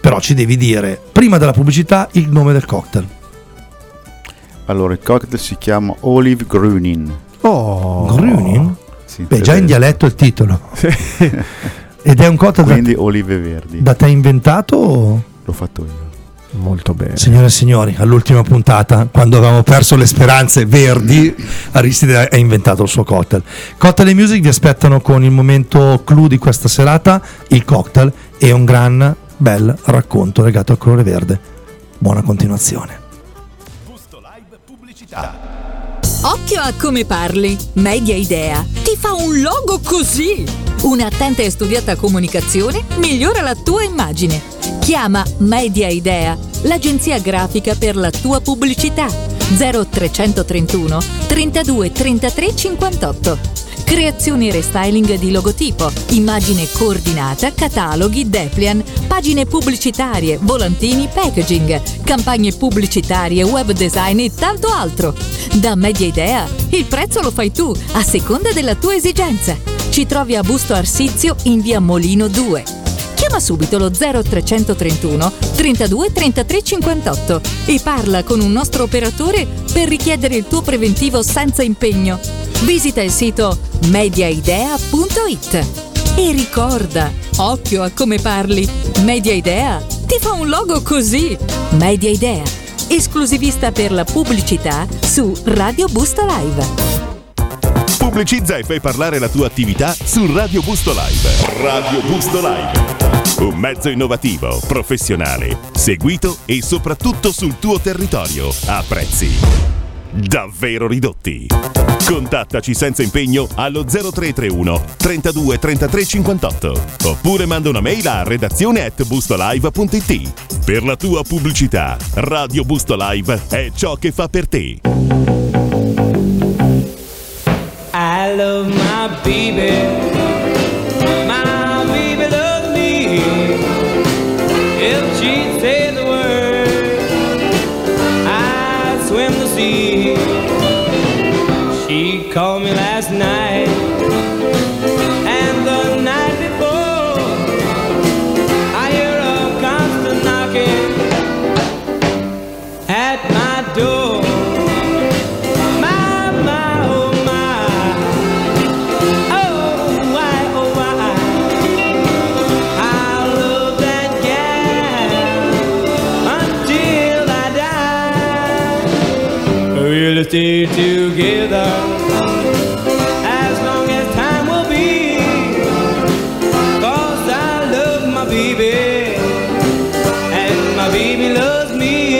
Però ci devi dire, prima della pubblicità, il nome del cocktail. Allora, il cocktail si chiama Olive Grunin. Oh, Grunin? Sì, Beh, già in dialetto il titolo. Ed è un cocktail quindi da, olive verdi. da te inventato o? L'ho fatto io. Molto bene. Signore e signori, all'ultima puntata, quando avevamo perso le speranze verdi, Aristide ha inventato il suo cocktail. Cocktail e Music vi aspettano con il momento clou di questa serata, il cocktail e un gran bel racconto legato al colore verde. Buona continuazione. Busto Live pubblicità. Occhio a come parli. Media Idea ti fa un logo così. Un'attenta e studiata comunicazione migliora la tua immagine. Chiama Media Idea, l'agenzia grafica per la tua pubblicità. zero trecentotrentuno trentadue trentatré cinquantotto. Creazione e restyling di logotipo, immagine coordinata, cataloghi, dépliant, pagine pubblicitarie, volantini, packaging, campagne pubblicitarie, web design e tanto altro. Da Media Idea il prezzo lo fai tu, a seconda della tua esigenza. Ci trovi a Busto Arsizio in via Molino due. Chiama subito lo zero trecentotrentuno trentadue trentatré cinquantotto e parla con un nostro operatore per richiedere il tuo preventivo senza impegno. Visita il sito mediaidea punto it e ricorda, occhio a come parli. Media Idea ti fa un logo così. Media Idea, esclusivista per la pubblicità su Radio Busto Live. Pubblicizza e fai parlare la tua attività su Radio Busto Live. Radio Busto Live. Un mezzo innovativo, professionale, seguito e soprattutto sul tuo territorio a prezzi davvero ridotti. Contattaci senza impegno allo zero tre tre uno trentadue trentatré cinquantotto oppure manda una mail a redazione at bustolive punto it. Per la tua pubblicità, Radio Busto Live è ciò che fa per te. I love my baby, my baby loves me. If she says the word, I swim the sea. She called me last night and the night before. I hear a constant knocking at my door. We'll stay together as long as time will be, 'cause I love my baby and my baby loves me.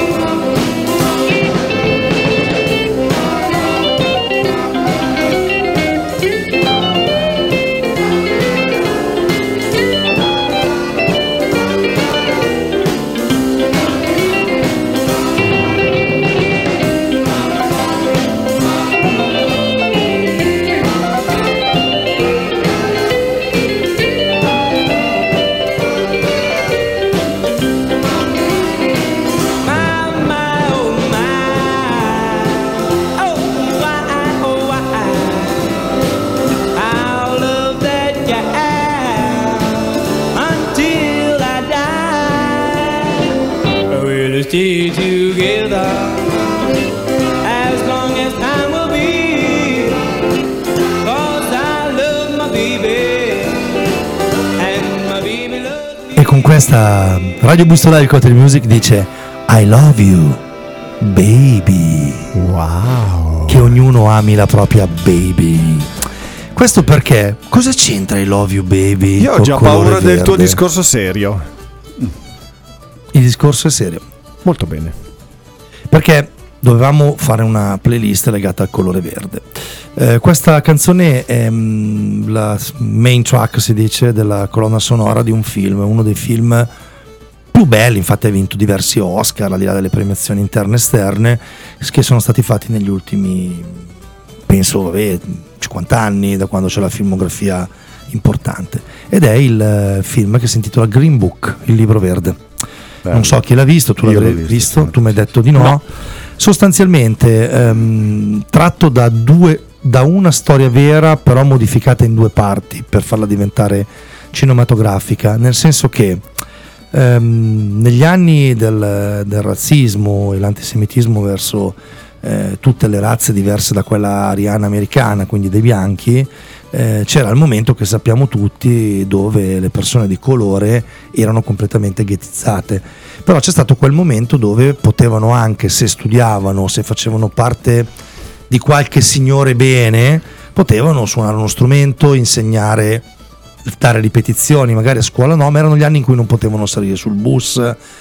Stay together as long as time will be, 'cause I love my baby and my baby loves me. E con questa Radio Busto Live Cocktail Music dice I love you baby. Wow. Che ognuno ami la propria baby. Questo perché? Cosa c'entra I love you baby? Io ho col già colore paura del tuo verde? discorso serio. Il discorso è serio. Molto bene. Perché dovevamo fare una playlist legata al colore verde. Eh, questa canzone è mh, la main track, si dice, della colonna sonora di un film, uno dei film più belli, infatti ha vinto diversi Oscar, al di là delle premiazioni interne e esterne, che sono stati fatti negli ultimi, penso, vabbè, cinquanta anni, da quando c'è la filmografia importante. Ed è il film che si intitola Green Book, il libro verde. Non so chi l'ha visto, tu Io l'hai l'ho visto, visto, tu mi hai detto di no. No. Sostanzialmente ehm, tratto da due da una storia vera, però modificata in due parti per farla diventare cinematografica, nel senso che ehm, negli anni del, del razzismo e l'antisemitismo verso eh, tutte le razze diverse da quella ariana americana, quindi dei bianchi, eh, c'era il momento che sappiamo tutti dove le persone di colore erano completamente ghettizzate. Però c'è stato quel momento dove potevano, anche se studiavano, se facevano parte di qualche signore bene, potevano suonare uno strumento, insegnare, dare ripetizioni, magari a scuola no, ma erano gli anni in cui non potevano salire sul bus.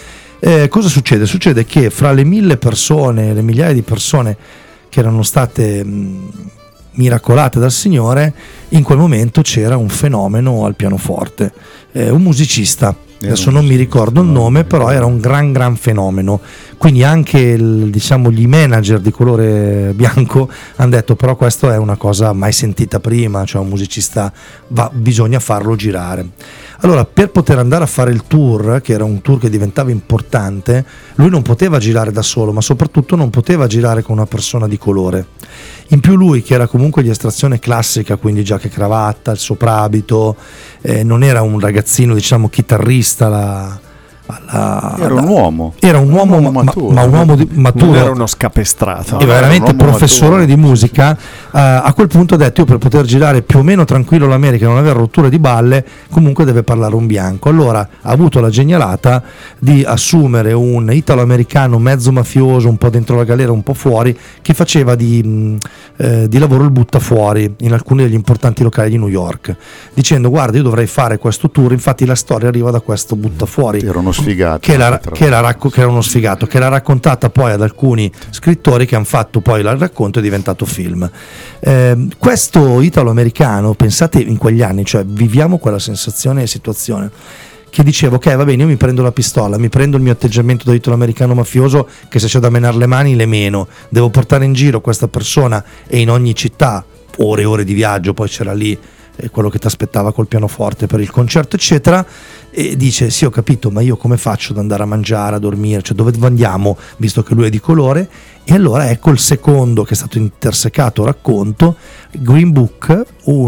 Eh, cosa succede? Succede che fra le mille persone, le migliaia di persone che erano state mh, miracolate dal Signore, in quel momento c'era un fenomeno al pianoforte, eh, un musicista. Adesso non mi ricordo il nome, però era un gran gran fenomeno. Quindi anche il, diciamo, gli manager di colore bianco hanno detto: però questo è una cosa mai sentita prima, cioè un musicista va, bisogna farlo girare. Allora, per poter andare a fare il tour, che era un tour che diventava importante, lui non poteva girare da solo, ma soprattutto non poteva girare con una persona di colore. In più lui, che era comunque di estrazione classica, quindi giacca e cravatta, il soprabito, eh, non era un ragazzino, diciamo, chitarrista, la, la, era la, un uomo era un uomo, un uomo ma, maturo, ma un uomo di, maturo, non era uno scapestrato, e veramente un uomo professore maturo di musica. uh, a quel punto ha detto: io per poter girare più o meno tranquillo l'America e non avere rotture di balle, comunque deve parlare un bianco. Allora ha avuto la genialata di assumere un italo-americano mezzo mafioso, un po' dentro la galera, un po' fuori, che faceva di, mh, eh, di lavoro il buttafuori in alcuni degli importanti locali di New York, dicendo: guarda, io dovrei fare questo tour. Infatti la storia arriva da questo buttafuori, era uno sfigato, che, la, che, la racco- che era uno sfigato, che l'ha raccontata poi ad alcuni scrittori che hanno fatto poi il racconto, è diventato film. Eh, questo italo-americano, pensate in quegli anni, cioè viviamo quella sensazione e situazione, che diceva: ok, va bene, io mi prendo la pistola, mi prendo il mio atteggiamento da italo-americano mafioso, che se c'è da menare le mani le meno, devo portare in giro questa persona, e in ogni città ore e ore di viaggio, poi c'era lì eh, quello che ti aspettava col pianoforte per il concerto eccetera, e dice: sì, ho capito, ma io come faccio ad andare a mangiare, a dormire, cioè dove andiamo, visto che lui è di colore? E allora ecco il secondo, che è stato intersecato racconto, Green Book,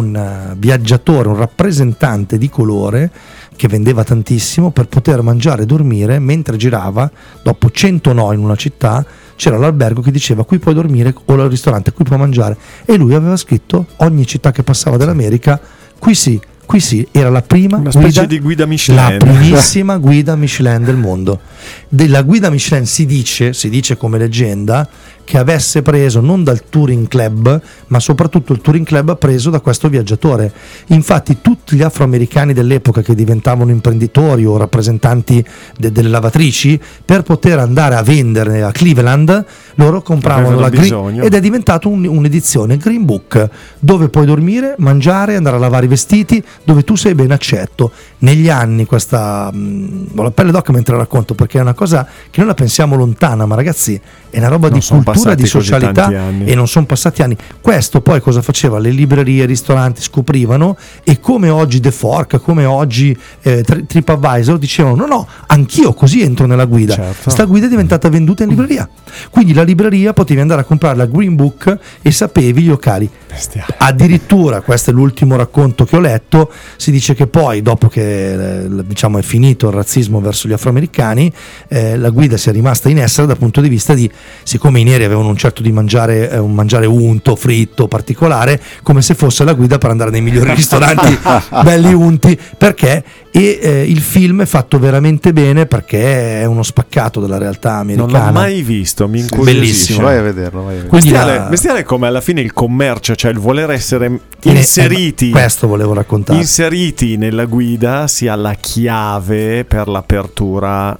un viaggiatore, un rappresentante di colore che vendeva tantissimo per poter mangiare e dormire mentre girava. Dopo cento no in una città c'era l'albergo che diceva: qui puoi dormire, o il ristorante, qui puoi mangiare, e lui aveva scritto ogni città che passava dell'America: qui sì, qui sì. Era la prima una guida, specie di guida Michelin, la primissima guida Michelin del mondo. Della guida Michelin si dice, si dice come leggenda, che avesse preso non dal Touring Club, ma soprattutto il Touring Club preso da questo viaggiatore. Infatti tutti gli afroamericani dell'epoca che diventavano imprenditori o rappresentanti de- delle lavatrici, per poter andare a vendere a Cleveland, loro compravano la Green, ed è diventato un, un'edizione Green Book, dove puoi dormire, mangiare, andare a lavare i vestiti, dove tu sei ben accetto. Negli anni questa mh, ho la pelle d'oca mentre racconto, perché è una cosa che noi la pensiamo lontana, ma ragazzi è una roba non di cultura, di socialità, e non sono passati anni. Questo poi cosa faceva? Le librerie, i ristoranti scoprivano, e come oggi The Fork, come oggi eh, TripAdvisor dicevano: no no, anch'io così entro nella guida. Certo. Sta guida è diventata venduta in libreria, quindi la libreria potevi andare a comprare la Green Book e sapevi gli locali. Bestiale. Addirittura, questo è l'ultimo racconto che ho letto, si dice che poi, dopo che eh, diciamo è finito il razzismo verso gli afroamericani, eh, la guida sia rimasta in essere dal punto di vista di, siccome i neri avevano un certo di mangiare, eh, un mangiare unto, fritto, particolare, come se fosse la guida per andare nei migliori ristoranti belli unti, perché e eh, il film è fatto veramente bene, perché è uno spaccato della realtà americana. Non l'ho mai visto, mi incuriosisce. Bellissimo. Vai a vederlo, vai a vederlo. Bestiale, la... bestiale come alla fine il commercio, cioè il voler essere inseriti, eh, questo volevo raccontare, inseriti nella guida sia la chiave per l'apertura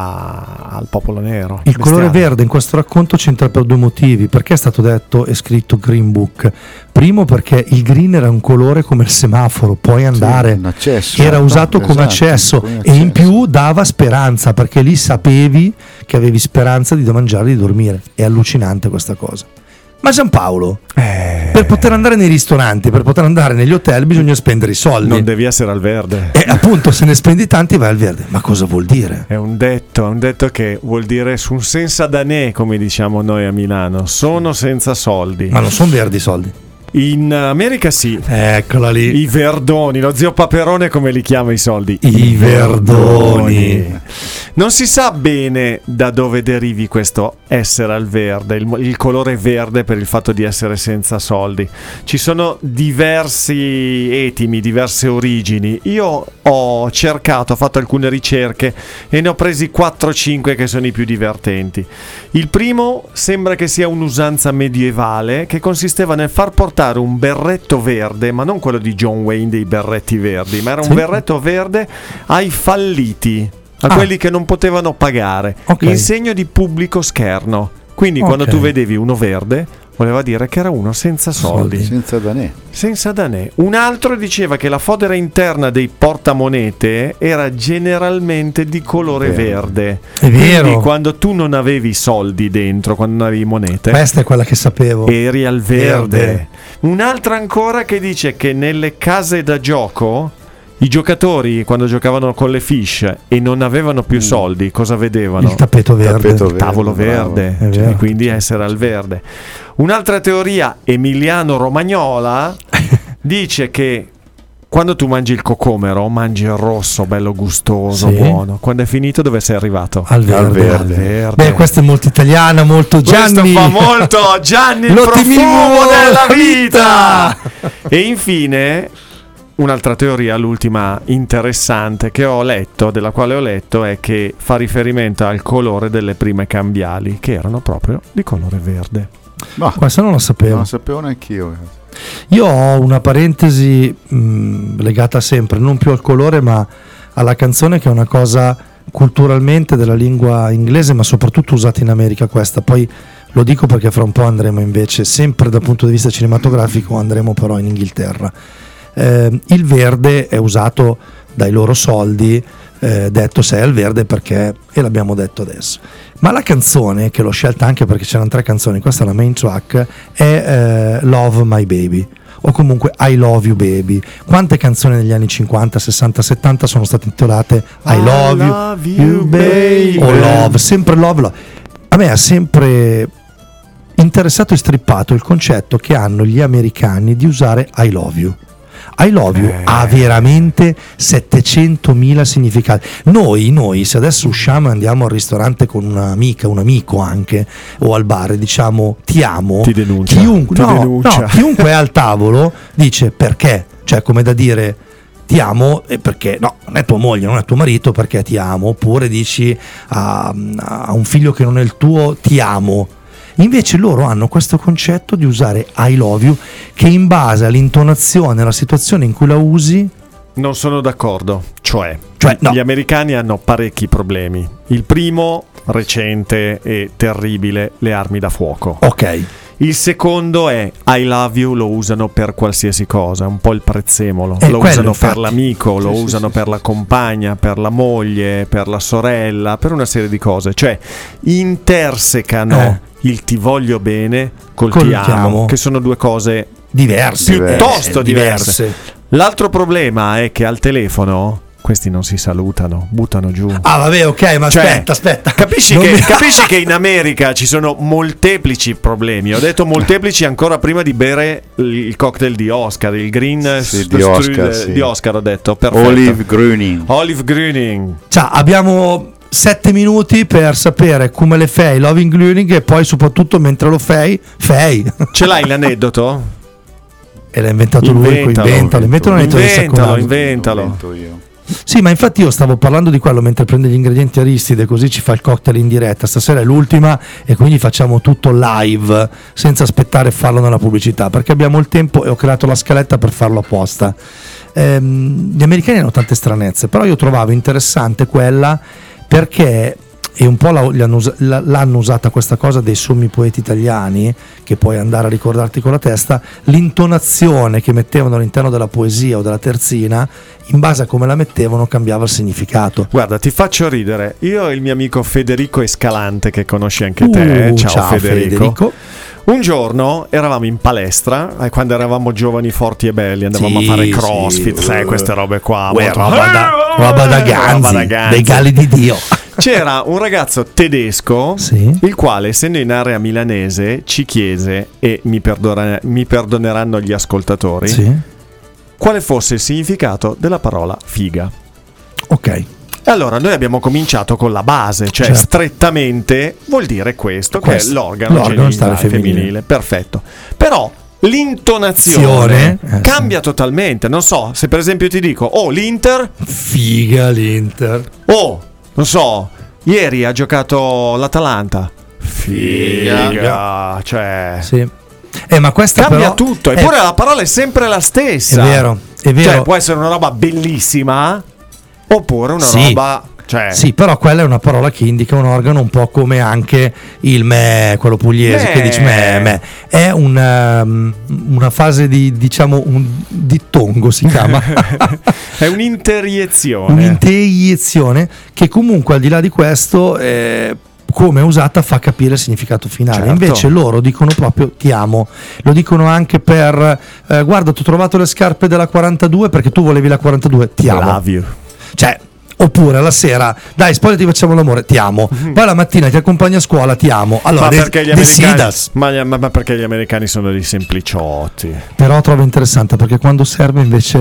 a, al popolo nero. Il Bestiale. colore verde in questo racconto c'entra per due motivi. Perché è stato detto e scritto Green Book? Primo, perché il green era un colore come il semaforo, puoi andare, sì, accesso, era no? usato come Esatto, accesso, come e accesso. in più dava speranza, perché lì sapevi che avevi speranza di mangiare e di dormire. È allucinante questa cosa. Ma Giampaolo, eh... per poter andare nei ristoranti, per poter andare negli hotel, bisogna spendere i soldi. Non devi essere al verde. E appunto, se ne spendi tanti vai al verde. Ma cosa vuol dire? È un detto, è un detto che vuol dire sun senza danè, come diciamo noi a Milano. Sono senza soldi. Ma non sono verdi i soldi. In America sì. Eccola lì. I verdoni, lo zio Paperone come li chiama i soldi. I verdoni. Non si sa bene da dove derivi questo essere al verde, il, il colore verde per il fatto di essere senza soldi. Ci sono diversi etimi, diverse origini. Io ho cercato, ho fatto alcune ricerche e ne ho presi quattro cinque che sono i più divertenti. Il primo sembra che sia un'usanza medievale che consisteva nel far portare un berretto verde, ma non quello di John Wayne dei berretti verdi, ma era un sì. berretto verde ai falliti, a ah. quelli che non potevano pagare, okay. in segno di pubblico scherno. Quindi okay. quando tu vedevi uno verde voleva dire che era uno senza soldi, soldi. senza danè. Senza danè. Un altro diceva che la fodera interna dei portamonete era generalmente di colore verde. È vero. Quindi quando tu non avevi soldi dentro, quando non avevi monete, questa è quella che sapevo, eri al verde. verde. Un'altra ancora che dice che nelle case da gioco i giocatori, quando giocavano con le fish e non avevano più soldi, cosa vedevano? Il tappeto verde, tappeto il tavolo verde, cioè, e quindi essere al verde. Un'altra teoria emiliano-romagnola dice che quando tu mangi il cocomero, mangi il rosso, bello gustoso, sì. buono. Quando è finito, dove sei arrivato? Al verde. Al verde. Al verde. Beh, questa è molto italiana, molto Gianni. Questo fa molto Gianni, il profumo della vita. E infine un'altra teoria, l'ultima interessante che ho letto, della quale ho letto, è che fa riferimento al colore delle prime cambiali, che erano proprio di colore verde. Ma questo non lo sapevo. Non lo sapevo neanch'io. Io ho una parentesi mh, legata sempre, non più al colore, ma alla canzone, che è una cosa culturalmente della lingua inglese, ma soprattutto usata in America questa. Poi lo dico perché fra un po' andremo invece, sempre dal punto di vista cinematografico, andremo però in Inghilterra. Eh, il verde è usato dai loro soldi, eh, detto sei al verde perché, e l'abbiamo detto adesso, ma la canzone, che l'ho scelta anche perché c'erano tre canzoni, questa è la main track, è eh, Love My Baby, o comunque I Love You Baby. Quante canzoni negli anni cinquanta, sessanta, settanta sono state intitolate I, I Love, love You, you Baby, o Love, sempre Love, love. A me ha sempre interessato e strippato il concetto che hanno gli americani di usare I Love You. I love you eh. ha veramente settecentomila significati. Noi, noi se adesso usciamo e andiamo al ristorante con un'amica, un amico anche, o al bar, diciamo ti amo, ti denuncia, chiunque, ti no, denuncia. No, chiunque è al tavolo dice perché, cioè come da dire ti amo e perché, no, non è tua moglie, non è tuo marito, perché ti amo. Oppure dici a, a un figlio che non è il tuo ti amo. Invece loro hanno questo concetto di usare I love you, che in base all'intonazione, alla situazione in cui la usi. Non sono d'accordo, cioè, cioè no. Gli americani hanno parecchi problemi. Il primo, recente e terribile, le armi da fuoco. Ok. Il secondo è I love you, lo usano per qualsiasi cosa, un po' il prezzemolo, è lo quello, usano infatti. per l'amico, lo sì, usano sì, per sì, la compagna, per la moglie, per la sorella, per una serie di cose, cioè intersecano eh. il ti voglio bene col, col ti amo, ti amo, che sono due cose diverse, piuttosto eh, diverse. diverse. L'altro problema è che al telefono questi non si salutano, buttano giù. Ah vabbè, ok, ma cioè, aspetta, aspetta. Capisci che, mi... capisci che in America ci sono molteplici problemi. Ho detto molteplici ancora prima di bere il cocktail di Oscar, il green sì, st- di, stru- Oscar, sì. di Oscar, ho detto. Perfetto. Olive Grüning. Olive Grüning. Cioè, abbiamo sette minuti per sapere come le fai Loving Grüning, e poi soprattutto mentre lo fai, fai. Ce l'hai l'aneddoto? E l'ha inventato lui, inventalo, inventalo, inventalo, inventalo, inventalo. Invento io. Sì, ma infatti io stavo parlando di quello mentre prende gli ingredienti Aristide, così ci fa il cocktail in diretta. Stasera è l'ultima e quindi facciamo tutto live senza aspettare farlo nella pubblicità, perché abbiamo il tempo e ho creato la scaletta per farlo apposta. Ehm, gli americani hanno tante stranezze, però io trovavo interessante quella perché, e un po' la, l'hanno, l'hanno usata questa cosa dei sommi poeti italiani, che puoi andare a ricordarti con la testa, l'intonazione che mettevano all'interno della poesia o della terzina, in base a come la mettevano cambiava il significato. Guarda, ti faccio ridere. Io e il mio amico Federico Escalante, che conosci anche te, uh, ciao, ciao Federico. Federico. Un giorno eravamo in palestra, eh, quando eravamo giovani, forti e belli, andavamo sì, a fare crossfit, sì, sai, uh, queste robe qua. Uè, molto... roba da, roba da ganzi, roba da ganzi, dei galli di Dio. c'era un ragazzo tedesco, sì, il quale, essendo in area milanese, ci chiese, e mi, perdona, mi perdoneranno gli ascoltatori, sì, quale fosse il significato della parola figa. Ok. E allora noi abbiamo cominciato con la base, cioè certo, strettamente vuol dire questo, questo, che è l'organo, l'organo genitale femminile. femminile. Perfetto. Però l'intonazione eh, cambia sì. totalmente. Non so, se per esempio ti dico, oh, l'Inter, figa l'Inter. Oh, non so, ieri ha giocato l'Atalanta, figa, figa. Cioè sì. Eh, ma questa cambia però, tutto, eppure eh, la parola è sempre la stessa. È vero, è vero. Cioè può essere una roba bellissima oppure una sì. roba, cioè... Sì, però quella è una parola che indica un organo, un po' come anche il me, quello pugliese, me. che dici me, me. È una, una fase di, diciamo, un dittongo si chiama. È un'interiezione. Un'interiezione che comunque al di là di questo... Eh, come è usata fa capire il significato finale. Certo. Invece loro dicono proprio ti amo, lo dicono anche per eh, guarda, ti ho trovato le scarpe della quarantadue perché tu volevi la quarantadue, ti amo. Love you. Cioè, oppure la sera, dai, spogliati, facciamo l'amore, ti amo. Mm-hmm. Poi la mattina ti accompagno a scuola, ti amo. Allora, ma, de- perché gli americani, ma, ma, ma perché gli americani sono dei sempliciotti. Però trovo interessante perché quando serve invece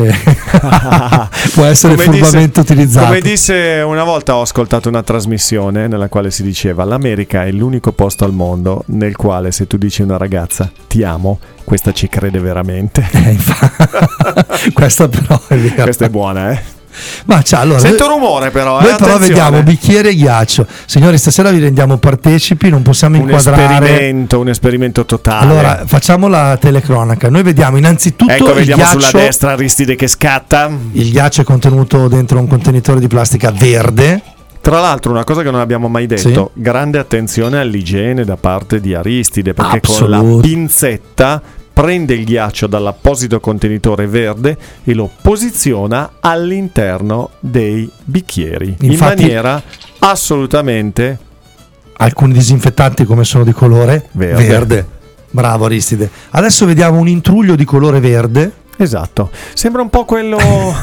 può essere come furbamente disse, utilizzato. Come disse una volta, ho ascoltato una trasmissione nella quale si diceva: l'America è l'unico posto al mondo nel quale se tu dici a una ragazza ti amo, questa ci crede veramente. Eh, questa però è vera. Questa è buona, eh. Ma c'è, allora, sento rumore però, noi eh, però attenzione. vediamo bicchiere e ghiaccio. Signori, stasera vi rendiamo partecipi, non possiamo un inquadrare un esperimento, un esperimento totale. Allora, facciamo la telecronaca. Noi vediamo innanzitutto ecco, il vediamo ghiaccio, sulla destra Aristide che scatta. Il ghiaccio è contenuto dentro un contenitore di plastica verde. Tra l'altro, una cosa che non abbiamo mai detto, sì, grande attenzione all'igiene da parte di Aristide, perché Absolut. con la pinzetta prende il ghiaccio dall'apposito contenitore verde e lo posiziona all'interno dei bicchieri. Infatti, in maniera assolutamente... Alcuni disinfettanti come sono di colore verde. verde. Bravo Aristide. Adesso vediamo un intruglio di colore verde. Esatto. Sembra un po' quello...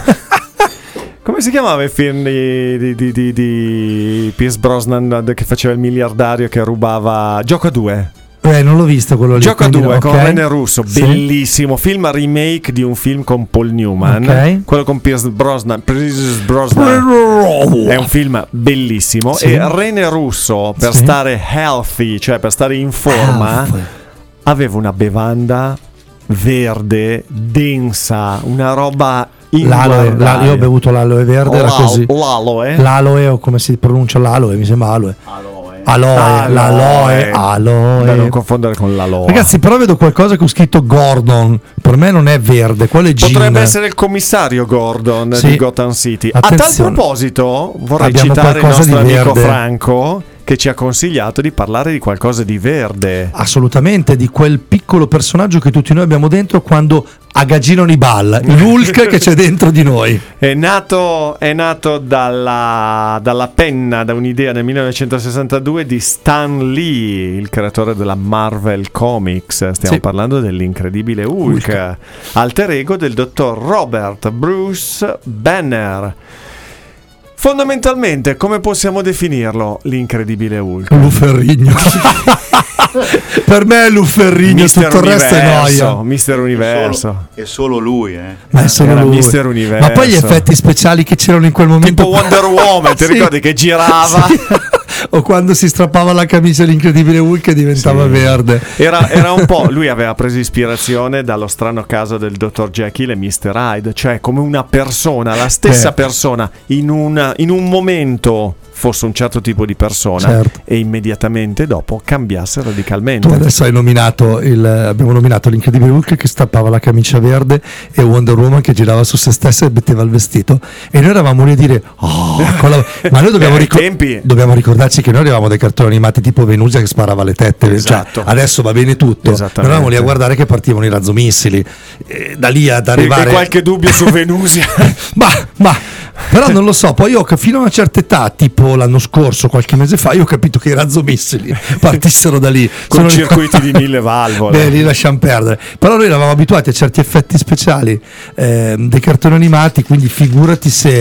Come si chiamava il film di, di, di, di, di Pierce Brosnan che faceva il miliardario che rubava... Gioco a due. Eh, non l'ho visto quello lì. Gioco a due, okay, con René Russo, sì, bellissimo film remake di un film con Paul Newman, okay, quello con Pierce Brosnan, Pierce Brosnan. È un film bellissimo, sì, e René Russo, per sì, stare healthy, cioè per stare in forma, healthy, aveva una bevanda verde densa, una roba l'aloe, l'aloe, io ho bevuto l'aloe verde, oh, era così. L'aloe? L'aloe, o come si pronuncia l'aloe, mi sembra aloe. Aloe. Aloe, aloe, l'aloe, aloe. Da non confondere con l'aloe. Ragazzi, però vedo qualcosa che ho scritto Gordon. Per me non è verde, quello è gin. Potrebbe essere il commissario Gordon, sì, di Gotham City. Attenzione. A tal proposito, vorrei Abbiamo citare il nostro di amico verde. Franco, che ci ha consigliato di parlare di qualcosa di verde. Assolutamente, di quel piccolo personaggio che tutti noi abbiamo dentro quando aggaginano i ball, il Hulk che c'è dentro di noi. È nato, è nato dalla, dalla penna, da un'idea nel millenovecentosessantadue di Stan Lee, il creatore della Marvel Comics. Stiamo sì, parlando dell'incredibile Hulk, Hulk, alter ego del dottor Robert Bruce Banner. Fondamentalmente, come possiamo definirlo l'incredibile Hulk? Luferrigno. Per me è Luferrigno, Mister tutto il resto è noia. Mister Universo. È solo, è solo lui, eh. Ma è solo Era lui. Mister Universo. Ma poi gli effetti speciali che c'erano in quel momento, tipo Wonder Woman, ti sì, ricordi che girava? Sì. O quando si strappava la camicia l'incredibile Hulk e diventava sì, verde. Era, era un po', lui aveva preso ispirazione dallo strano caso del dottor Jekyll e mister Hyde, cioè come una persona, la stessa Beh. persona in, una, in un momento fosse un certo tipo di persona, certo, e immediatamente dopo cambiasse radicalmente. Tu adesso hai nominato il, abbiamo nominato l'incredibile Hulk che strappava la camicia verde e Wonder Woman che girava su se stessa e metteva il vestito, e noi eravamo lì a dire oh, la... ma noi dobbiamo, Beh, ricor- tempi... dobbiamo ricordarci che noi arrivavamo dai cartoni animati tipo Venusia che sparava le tette, esatto, cioè, adesso va bene tutto, noi eravamo lì a guardare che partivano i razzomissili, e da lì ad arrivare, e qualche dubbio su Venusia. ma, ma però non lo so, poi io fino a una certa età, tipo l'anno scorso, qualche mese fa, io ho capito che i razzomissili partissero da lì con sono circuiti di mille valvole. Beh, lì lasciamo perdere. Però noi eravamo abituati a certi effetti speciali eh, dei cartoni animati, quindi figurati se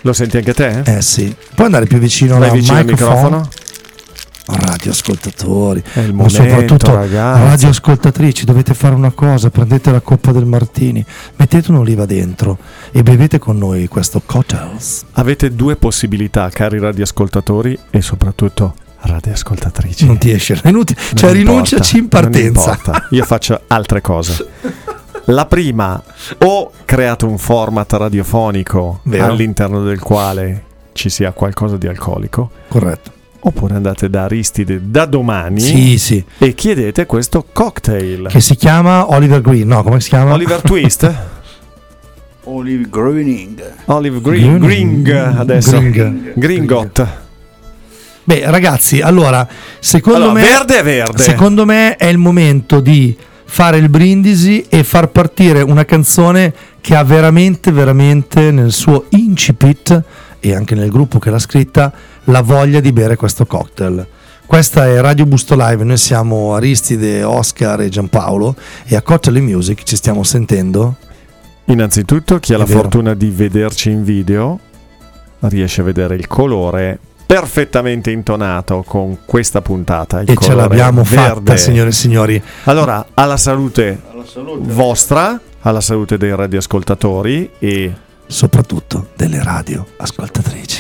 Lo senti anche te? Eh sì. Puoi andare più vicino Vai al vicino al microfono? microfono. Radioascoltatori, È il ma momento, soprattutto ragazzi. radioascoltatrici, dovete fare una cosa: prendete la coppa del Martini, mettete un'oliva dentro e bevete con noi questo cocktails. Avete due possibilità, cari radioascoltatori e soprattutto radioascoltatrici. Non ti esce, è inutile, Non cioè importa, rinunciaci in partenza. non importa. Io faccio altre cose. La prima, o create un format radiofonico Vero. all'interno del quale ci sia qualcosa di alcolico, Corretto. oppure andate da Aristide da domani Sì, sì. e chiedete questo cocktail. Che si chiama Oliver Green, no, come si chiama? Oliver Twist? Olive Greening. Olive Green, Green- Gring adesso. Gring. Gringot. Beh, ragazzi, allora, secondo Allora, me verde è verde. Secondo me è il momento di fare il brindisi e far partire una canzone che ha veramente, veramente nel suo incipit e anche nel gruppo che l'ha scritta la voglia di bere questo cocktail. Questa è Radio Busto Live, noi siamo Aristide, Oscar e Giampaolo e a Cocktail Music ci stiamo sentendo. Innanzitutto, chi ha È la vero. fortuna di vederci in video riesce a vedere il colore perfettamente intonato con questa puntata. Il E ce colore l'abbiamo verde. fatta, signore e signori. Allora, alla salute, vostra, alla salute dei radioascoltatori e Soprattutto delle radio ascoltatrici.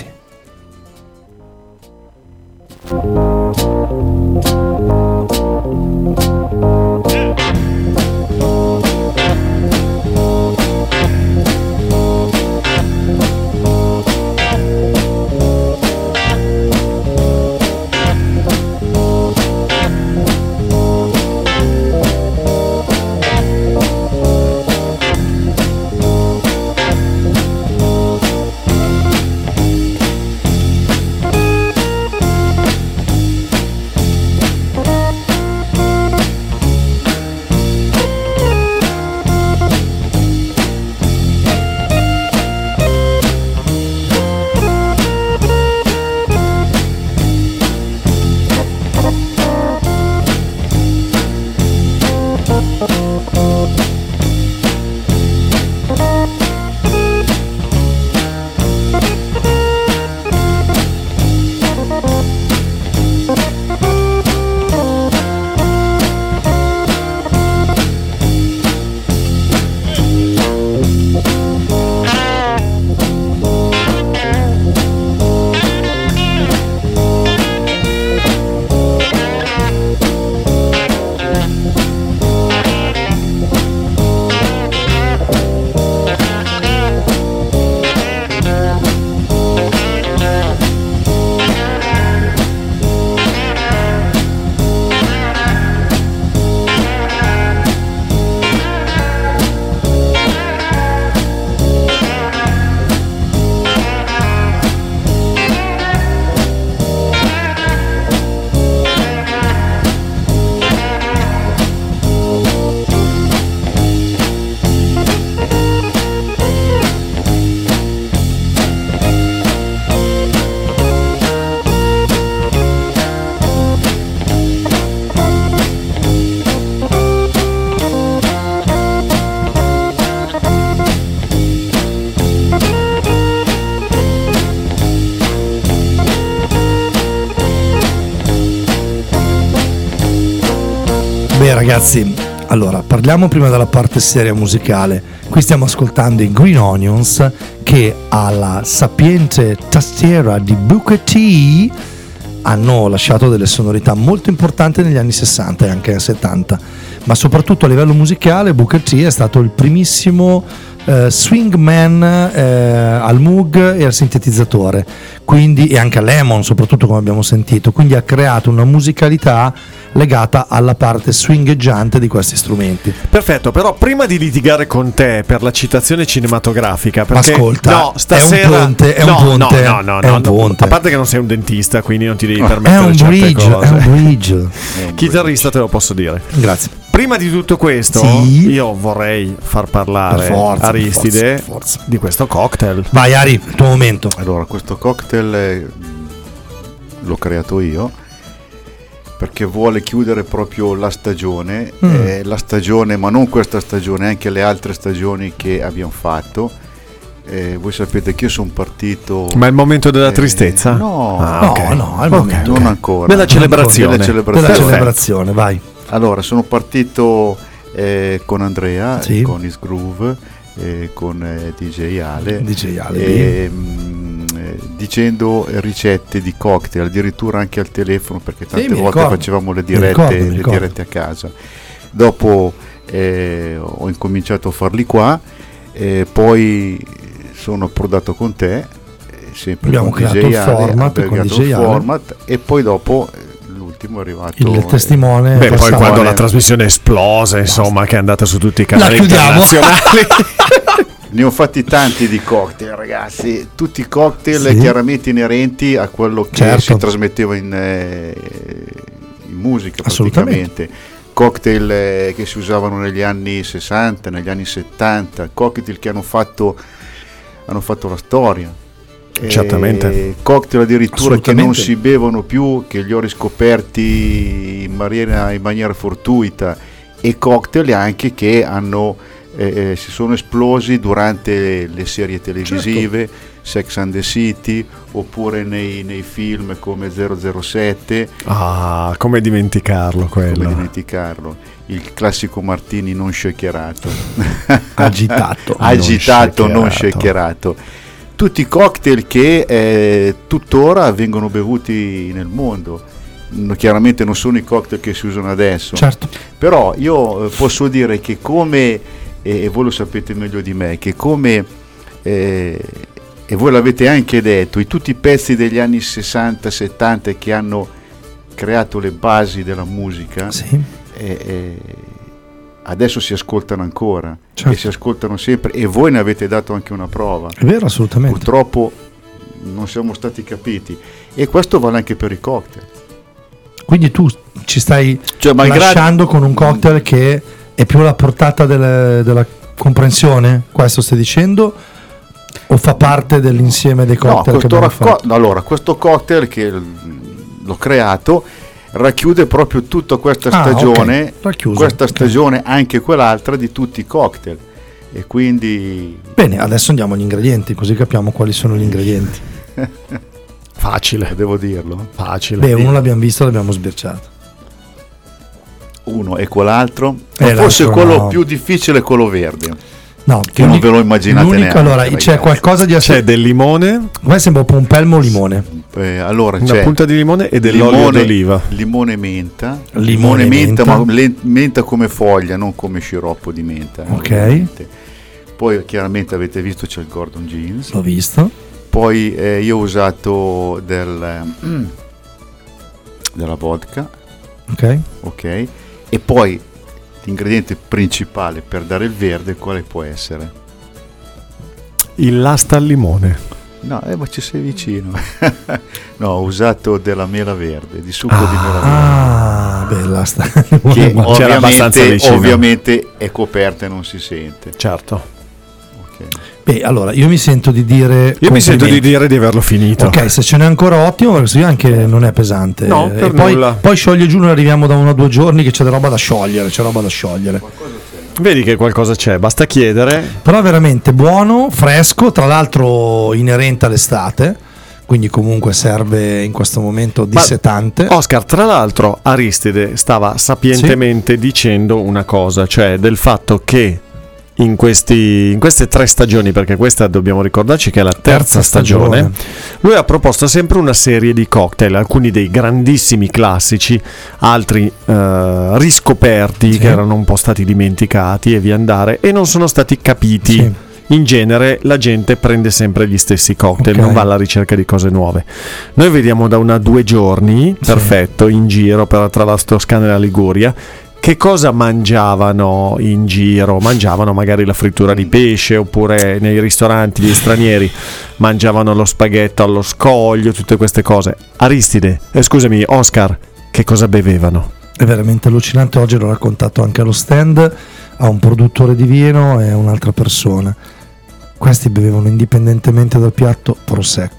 Beh ragazzi, allora parliamo prima della parte seria musicale. Qui stiamo ascoltando i Green Onions che alla sapiente tastiera di Booker T hanno lasciato delle sonorità molto importanti negli anni sessanta e anche anni settanta, ma soprattutto a livello musicale Booker T è stato il primissimo eh, swing man eh, al Moog e al sintetizzatore, quindi, e anche a Lemon soprattutto, come abbiamo sentito, quindi ha creato una musicalità legata alla parte swingheggiante di questi strumenti. perfetto. Però prima di litigare con te per la citazione cinematografica, perché Ascolta, no, stasera è un ponte, è un no, ponte, no, no, no, è no, un no. ponte. A parte che non sei un dentista, quindi non ti devi È permettere un certe bridge, cose. è un bridge. Chitarrista te lo posso dire. Grazie. Prima di tutto questo, Sì. io vorrei far parlare Per forza, Aristide per forza, per forza. di questo cocktail. Vai Ari, il tuo momento. Allora, questo cocktail è- l'ho creato io perché vuole chiudere proprio la stagione, Mm. eh, la stagione, ma non questa stagione, anche le altre stagioni che abbiamo fatto. Eh, voi sapete che io sono partito. Ma è il momento della eh, tristezza? No, Ah, No, ok. no, al Ok, momento. non ok. ancora. Della celebrazione. Della celebrazione. Della Perfetto. celebrazione, vai. Allora, sono partito eh, con Andrea, Sì. con Is Groove, eh, con eh, D J Ale, D J Ale, e, mh, eh, dicendo ricette di cocktail, addirittura anche al telefono, perché tante mi volte ricordo. facevamo le Mi dirette, ricordo, mi le ricordo. dirette a casa. Dopo eh, ho incominciato a farli qua, eh, poi sono approdato con te, eh, sempre Abbiamo con D J creato il Ale, format abbiamo con creato D J il Ale. format, e poi dopo eh, l'ultimo è arrivato Il testimone. Beh, poi versatile. quando la trasmissione è esplosa, insomma, che è andata su tutti i canali chiudiamo. internazionali. Ne ho fatti tanti di cocktail, ragazzi, tutti cocktail Sì. chiaramente inerenti a quello che Certo. si trasmetteva in, eh, in musica Assolutamente. praticamente. Cocktail eh, che si usavano negli anni sessanta, negli anni settanta, cocktail che hanno fatto, hanno fatto la storia. Eh, Certamente. cocktail addirittura che non Assolutamente. si bevono più, che li ho riscoperti in maniera, in maniera fortuita, e cocktail anche che hanno eh, eh, si sono esplosi durante le serie televisive, Sex and the City, oppure nei, nei film come zero zero sette. Ah, come dimenticarlo Come quello. dimenticarlo, il classico martini non shakerato. Agitato. Agitato, non shakerato. shakerato. Tutti cocktail che eh, tuttora vengono bevuti nel mondo. No, chiaramente non sono i cocktail che si usano adesso, Certo. però io eh, posso dire che come, eh, e voi lo sapete meglio di me, che come, eh, e voi l'avete anche detto, i, tutti i pezzi degli anni sessanta settanta che hanno creato le basi della musica, Sì. eh, eh, adesso si ascoltano ancora, Certo. e si ascoltano sempre, e voi ne avete dato anche una prova. È vero, assolutamente. Purtroppo non siamo stati capiti, e questo vale anche per i cocktail. Quindi tu ci stai Cioè, malgrado- lasciando con un cocktail che è più alla portata delle- della comprensione? Questo stai dicendo? O fa parte dell'insieme dei No, cocktail che questo, abbiamo racco- fatto? allora, questo cocktail che l- l'ho creato racchiude proprio tutta questa Ah, stagione, ok. Racchiuso, questa ok. stagione, anche quell'altra di tutti i cocktail. E quindi Bene, adesso andiamo agli ingredienti, così capiamo quali sono gli ingredienti. Facile, devo dirlo, facile. Beh, uno l'abbiamo visto, l'abbiamo sbirciato. uno e quell'altro, Eh, ma forse l'altro quello no. più difficile è quello verde, No, che non l'uni- ve lo immaginate l'unico- neanche, allora, ragazzi. c'è qualcosa di C'è assai. del limone, Qua sembra un po' un pelmo limone. Eh, allora una c'è punta di limone e dell'olio limone, d'oliva. limone menta, Limone menta, menta. ma le- menta come foglia, non come sciroppo di menta. eh, Ok. ovviamente. Poi chiaramente avete visto c'è il Gordon Jeans. L'ho visto. Poi eh, io ho usato del, mm, della vodka, Ok. ok? E poi l'ingrediente principale per dare il verde quale può essere? Il lasta al limone. No, eh, ma ci sei vicino. No, ho usato della mela verde, di succo di mela verde. Ah, bella sta. Che Ma c'era abbastanza ovviamente, vicino. ovviamente è coperta e non si sente. Certo. Ok. Beh, allora io mi sento di dire. Io mi sento di complimenti. dire di averlo finito. Ok, se ce n'è ancora ottimo, perché così anche non è pesante. No, e per poi, nulla. poi scioglie giù, noi arriviamo da uno o due giorni che c'è da roba da sciogliere, c'è roba da sciogliere. Vedi che qualcosa c'è, basta chiedere. Però veramente buono, fresco, tra l'altro inerente all'estate, quindi comunque serve in questo momento dissetante. Oscar, tra l'altro, Aristide stava sapientemente dicendo una cosa, cioè del fatto che in, questi, in queste tre stagioni, perché questa dobbiamo ricordarci che è la terza, Terza stagione, stagione. lui ha proposto sempre una serie di cocktail, alcuni dei grandissimi classici, altri eh, riscoperti Sì. che erano un po' stati dimenticati e via andare, e non sono stati capiti. Sì. In genere la gente prende sempre gli stessi cocktail, Ok. non va alla ricerca di cose nuove. Noi vediamo da una due giorni, Sì. perfetto, in giro per, tra la Toscana e la Liguria, che cosa mangiavano in giro? Mangiavano magari la frittura di pesce, oppure nei ristoranti gli stranieri mangiavano lo spaghetto allo scoglio, tutte queste cose. Aristide, eh, scusami, Oscar, che cosa bevevano? È veramente allucinante, oggi l'ho raccontato anche allo stand a un produttore di vino e a un'altra persona. Questi bevevano indipendentemente dal piatto prosecco.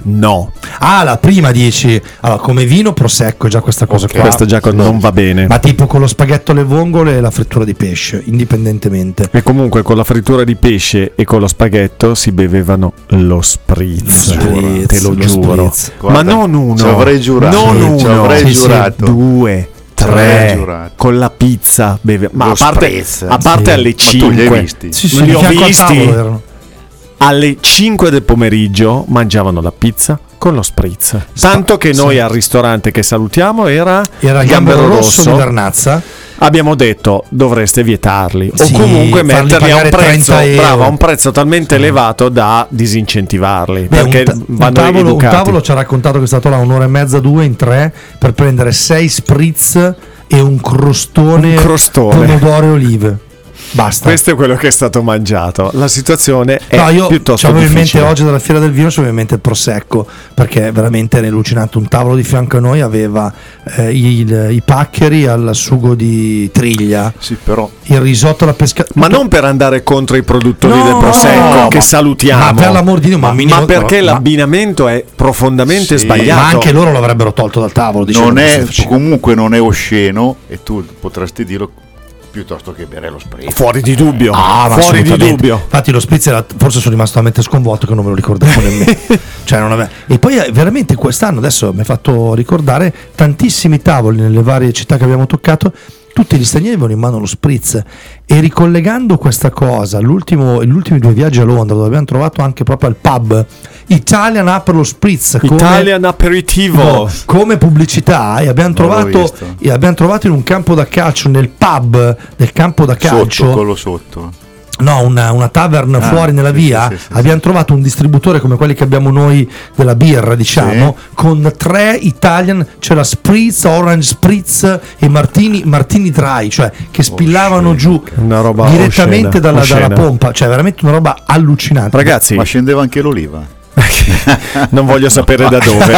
No. Ah, la prima dici. Allora, come vino prosecco, già questa cosa Okay. qua. Questo già non va bene. Ma tipo con lo spaghetto alle vongole e la frittura di pesce, indipendentemente. E comunque con la frittura di pesce e con lo spaghetto si bevevano lo spritz. Spritz, te lo, lo giuro. spritz. Ma non uno. Ci avrei giurato. Non Ci uno. avrei Sì, sì, giurato. Due. Ci avrei Tre. giurato. Con la pizza beve. Ma Lo a parte, spritz. a parte Sì. alle Ma tu li hai cinque. visti? Sì, sì, Non li di ho fianco al visti. tavolo erano. Alle cinque del pomeriggio mangiavano la pizza con lo spritz. Tanto che noi sì. al ristorante che salutiamo era, Era il gambero rosso, di Vernazza. abbiamo detto dovreste vietarli Sì, o comunque farli metterli a un pagare prezzo, trenta euro. bravo, a un prezzo talmente elevato da disincentivarli. Beh, perché un, ta- un vanno tavolo, un educati. tavolo ci ha raccontato che è stato là un'ora e mezza, due in tre per prendere sei spritz e un crostone, Un crostone. pomodoro e olive. Basta. Questo è quello che è stato mangiato. La situazione è No, io piuttosto avevo in mente difficile. oggi dalla fiera del vino, c'avevo in mente il prosecco, perché è veramente allucinante. Un tavolo di fianco a noi aveva eh, il- i paccheri al sugo di triglia, Sì, però il risotto alla pesca. Ma non per andare contro i produttori No, del prosecco, no, che ma- salutiamo, ma per l'amor di Dio, ma ma, minimo- perché ma- l'abbinamento è profondamente Sì, sbagliato. Ma anche loro l'avrebbero tolto dal tavolo. dicendo non è, questo. comunque non è osceno e tu potresti dirlo piuttosto che bere lo spritz. Fuori di dubbio, Ah, ma fuori di assolutamente. dubbio. Infatti lo spritz era, forse sono rimasto talmente sconvolto che non me lo ricordavo nemmeno. Cioè, non ave- E poi eh, veramente quest'anno adesso mi ha fatto ricordare tantissimi tavoli nelle varie città che abbiamo toccato. Tutti gli stranieri avevano in mano lo spritz, e ricollegando questa cosa l'ultimo, gli ultimi due viaggi a Londra, dove abbiamo trovato anche proprio al pub Italian Apero Spritz come, Italian aperitivo. no, come pubblicità, e abbiamo Non l'ho trovato, visto. e abbiamo trovato in un campo da calcio, nel pub del campo da calcio, Sotto, quello sotto. no, una, una tavern Ah, fuori nella sì, via, sì, sì, sì, abbiamo sì. trovato un distributore come quelli che abbiamo noi della birra, diciamo, con tre Italian, c'era Spritz, Orange Spritz e Martini, Martini Dry, cioè che spillavano Oh, giù Una roba direttamente oscena, dalla, oscena. dalla pompa, cioè veramente una roba allucinante. Ragazzi, Ma scendeva anche l'oliva. non voglio sapere da dove.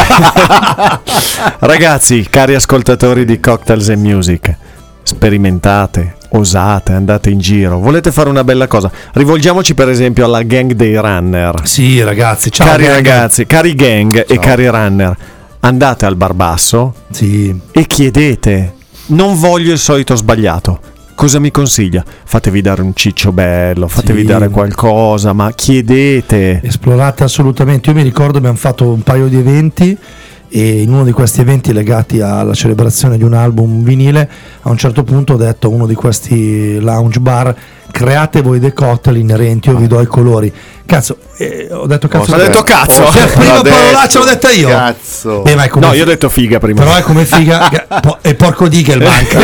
Ragazzi, cari ascoltatori di Cocktails and Music, sperimentate, osate, andate in giro. Volete fare una bella cosa? Rivolgiamoci per esempio alla gang dei runner. Sì, ragazzi, ciao Cari gang. ragazzi, cari gang e cari runner, andate al Barbasso Sì. e chiedete: non voglio il solito sbagliato. Cosa mi consiglia? Fatevi dare un ciccio bello, fatevi Sì. dare qualcosa, ma chiedete. Esplorate assolutamente. Io mi ricordo abbiamo fatto un paio di eventi, e in uno di questi eventi legati alla celebrazione di un album vinile, a un certo punto ho detto a uno di questi lounge bar: create voi dei cocktail inerenti, io vi do i colori. Cazzo, eh, ho detto cazzo. Ho detto cazzo. Cioè, prima L'ha parolaccia l'ho detto, detta io. Cazzo. Beh, ma è come No, fi- io ho detto figa prima. però è come figa che- po- e porco Digel manca.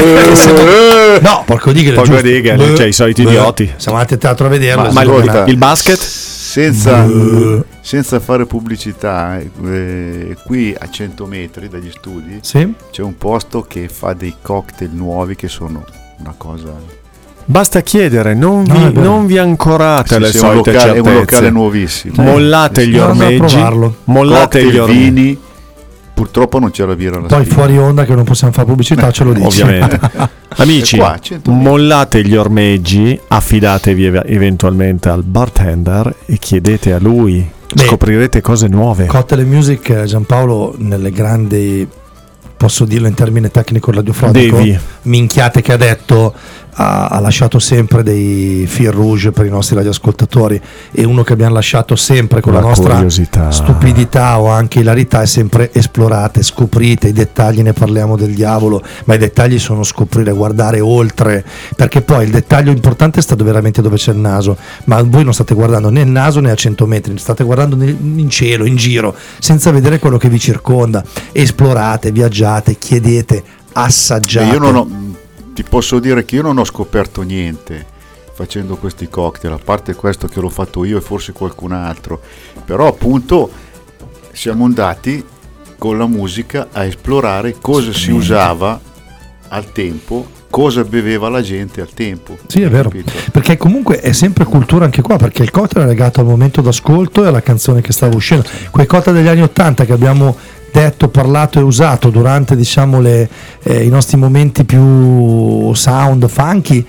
No, porco Digel è Porco giusto. Digel, Beh, cioè i soliti beh, idioti. Siamo andati a teatro a vederlo. Ma- e Ma secondo ascolta, me- il basket? Senza, senza fare pubblicità, eh, qui a cento metri dagli studi Sì? c'è un posto che fa dei cocktail nuovi che sono una cosa. Basta chiedere, non No, vi, è vero. non vi ancorate Sì, alle sì, è un solite locale, è un certezze. locale nuovissimo. Mollate gli Devo andare a ormeggi, provarlo. mollate Cocktail, gli ormeggi. vini. Purtroppo non c'è la birra alla Poi spina. fuori onda che non possiamo fare pubblicità, ce lo dici. Ovviamente. Amici, È qua, cento metri. mollate gli ormeggi, affidatevi ev- eventualmente al bartender e chiedete a lui. Beh, Scoprirete cose nuove. Cocktail and Music, eh, Giampaolo, nelle grandi, posso dirlo in termine tecnico radiofonico, Devi. minchiate che ha detto, ha, ha lasciato sempre dei fil rouge per i nostri radioascoltatori, e uno che abbiamo lasciato sempre con la, La nostra curiosità. stupidità o anche ilarità è sempre: esplorate, scoprite i dettagli. Ne parliamo del diavolo, ma i dettagli sono scoprire, guardare oltre, perché poi il dettaglio importante sta veramente dove c'è il naso, ma voi non state guardando né il naso né a cento metri, state guardando nel- in cielo, in giro, senza vedere quello che vi circonda. Esplorate, viaggiate, chiedete, assaggiate. Io non ho, ti posso dire che io non ho scoperto niente facendo questi cocktail, a parte questo che l'ho fatto io e forse qualcun altro, però appunto siamo andati con la musica a esplorare cosa si usava al tempo, cosa beveva la gente al tempo. Sì, è vero, Capito? perché comunque è sempre cultura anche qua, perché il cocktail è legato al momento d'ascolto e alla canzone che stava uscendo. Quei cocktail degli anni ottanta che abbiamo detto, parlato e usato durante, diciamo, le, eh, i nostri momenti più sound funky,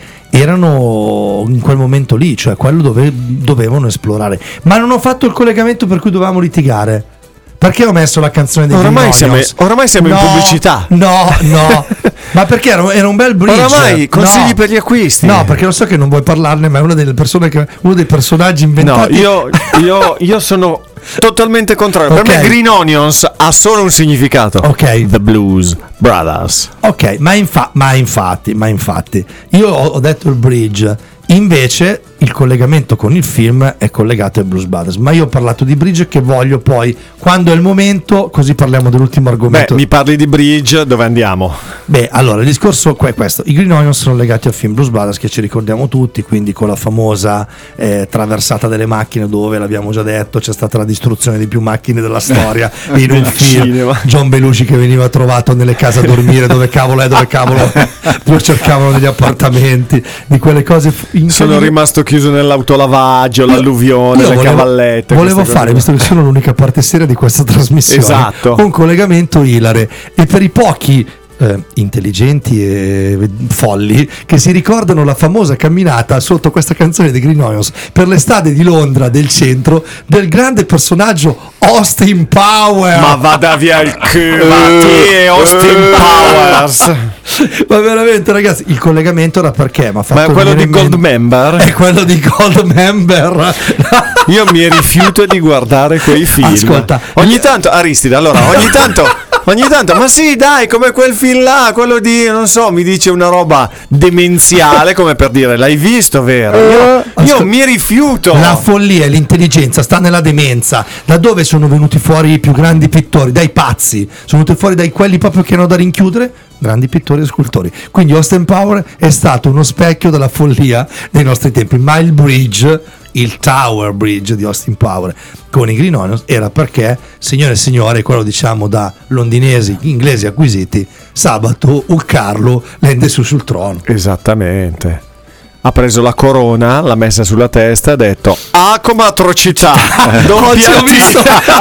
erano in quel momento lì, cioè quello dove dovevano esplorare. Ma non ho fatto il collegamento per cui dovevamo litigare, Perché ho messo la canzone dei Oramai Green siamo, Onions? oramai siamo No, in pubblicità. No, no. Ma perché era, era un bel bridge. Oramai consigli No. per gli acquisti. No, perché lo so che non vuoi parlarne, ma è una delle persone che, uno dei personaggi No, inventati. io, io, io sono totalmente contrario. Ok. Per me Green Onions ha solo un significato. Ok. The Blues Brothers. Ok, ma, infa- ma infatti, ma infatti, io ho, ho detto il bridge. Invece il collegamento con il film è collegato ai Blues Brothers, ma io ho parlato di bridge che voglio poi, quando è il momento, così parliamo dell'ultimo Beh, argomento. mi parli di Bridge, dove andiamo? Beh, allora il discorso è questo: i Green Onions sono legati al film Blues Brothers, che ci ricordiamo tutti, quindi con la famosa eh, traversata delle macchine, dove l'abbiamo già detto c'è stata la distruzione di più macchine della storia in un Del film. cinema. John Belushi che veniva trovato nelle case a dormire, dove cavolo è, dove cavolo è, lo cercavano negli appartamenti, di quelle cose f- Sono incredibili. rimasto chiuso nell'autolavaggio, l'alluvione, Io le volevo- cavallette. Volevo queste fare, cose. visto che sono l'unica parte seria di questa trasmissione, Esatto. un collegamento ilare. E per i pochi eh, intelligenti e folli che si ricordano la famosa camminata sotto questa canzone dei Green Onions per le strade di Londra del centro del grande personaggio Austin Powers. Ma vada via il culo, ma chi è Austin Powers? Ma veramente, ragazzi, il collegamento era perché mi ha fatto Ma è quello venire di in mente- Gold Member? È quello di Gold Member. Io mi rifiuto di guardare quei film. Ascolta. Ogni tanto, Aristide, allora, ogni tanto, ogni tanto, ma sì, dai, come quel film là, quello di, non so, mi dice una roba demenziale, come per dire, l'hai visto, vero? Io, io Ascolta. mi rifiuto. La follia e l'intelligenza sta nella demenza. Da dove sono venuti fuori i più grandi pittori? Dai pazzi. Sono venuti fuori dai quelli proprio che hanno da rinchiudere? Grandi pittori e scultori. Quindi Austin Powers è stato uno specchio della follia dei nostri tempi. Ma il bridge, il Tower Bridge di Austin Powers con i Green Onions, era perché, signore e signori, quello diciamo da londinesi, inglesi acquisiti, sabato un Carlo lende su sul trono. Esattamente. Ha preso la corona, l'ha messa sulla testa e ha detto: ah, come atrocità! Oggi ho Doppia visto,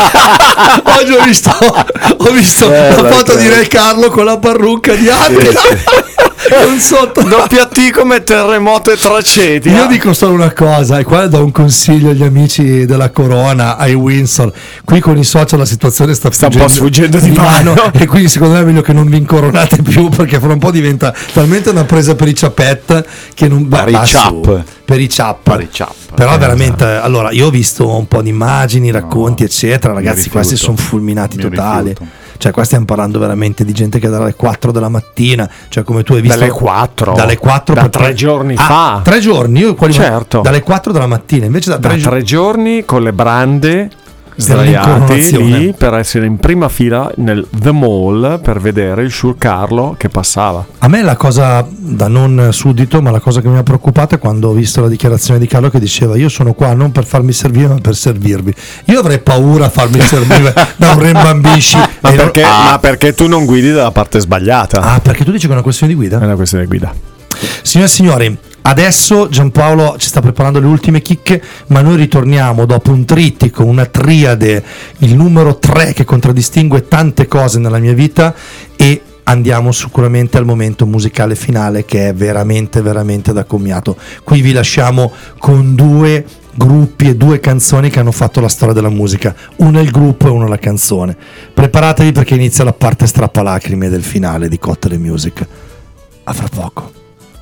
oggi ho visto, ho visto Bella, la foto di bella. Re Carlo con la parrucca di Attila con sotto. doppia T come terremoto e traceti. Io dico solo una cosa, e qua do un consiglio agli amici della Corona, ai Windsor. Qui con i social la situazione sta, Sta un po' sfuggendo di mano. e quindi secondo me è meglio che non vi incoronate più, perché fra un po' diventa talmente una presa per i ciapette che non va Per i va su. ciap. Per i ciap. Per i ciap. Però Eh, veramente, allora, io ho visto un po' di immagini, racconti, eccetera, mi ragazzi, rifiuto. questi sono fulminati Mi totali. rifiuto. Cioè, qua stiamo parlando veramente di gente che dalle quattro della mattina, cioè come tu hai visto, Dalle quattro? dalle quattro Da per tre giorni Ah, fa. tre giorni, io quali Certo. dalle quattro della mattina, invece da Da tre, tre gio- giorni con le brande sdraiati l'incoronazione. lì per essere in prima fila nel The Mall per vedere il Sciur Carlo che passava. A me la cosa da non suddito, ma la cosa che mi ha preoccupato è quando ho visto la dichiarazione di Carlo che diceva: io sono qua non per farmi servire ma per servirvi. Io avrei paura a farmi servire da un Rembambisci. Ma E- perché, ah. ma perché tu non guidi dalla parte sbagliata? Ah, perché tu dici che è una questione di guida? È una questione di guida. Signore e signori, adesso Giampaolo ci sta preparando le ultime chicche, ma noi ritorniamo dopo un trittico, una triade, il numero tre che contraddistingue tante cose nella mia vita, e andiamo sicuramente al momento musicale finale, che è veramente veramente da commiato. Qui vi lasciamo con due gruppi e due canzoni che hanno fatto la storia della musica, uno è il gruppo e uno la canzone. Preparatevi perché inizia la parte strappalacrime del finale di Cocktail Music. A fra poco.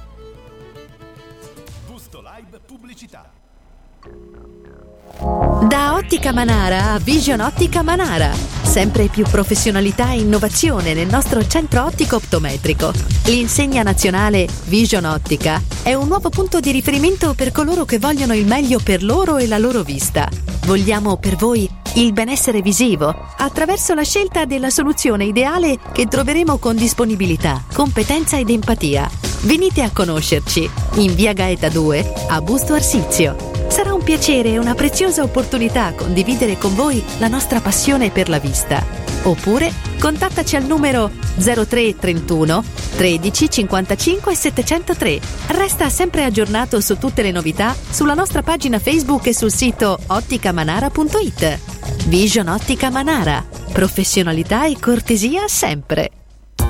Da Ottica Manara a Vision Ottica Manara. Sempre più professionalità e innovazione nel nostro centro ottico optometrico. L'insegna nazionale Vision Ottica è un nuovo punto di riferimento per coloro che vogliono il meglio per loro e la loro vista. Vogliamo per voi il benessere visivo attraverso la scelta della soluzione ideale che troveremo con disponibilità, competenza ed empatia. Venite a conoscerci in via Gaeta due a Busto Arsizio. Sarà un piacere e una preziosa opportunità condividere con voi la nostra passione per la vista. Oppure contattaci al numero zero tre trentuno tredici cinquantacinque settecentotre. Resta sempre aggiornato su tutte le novità sulla nostra pagina Facebook e sul sito otticamanara punto it. Vision Ottica Manara. Professionalità e cortesia sempre.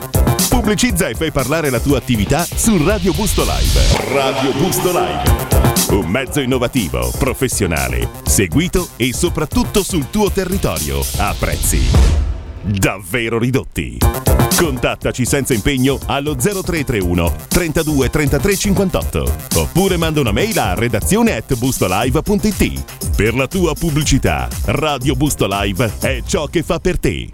Pubblicizza e fai parlare la tua attività su Radio Busto Live. Radio Busto Live. Un mezzo innovativo, professionale, seguito e soprattutto sul tuo territorio a prezzi davvero ridotti. Contattaci senza impegno allo zero tre tre uno trentadue trentatré cinquantotto oppure manda una mail a redazione at bustolive punto it. Per la tua pubblicità, Radio Busto Live è ciò che fa per te.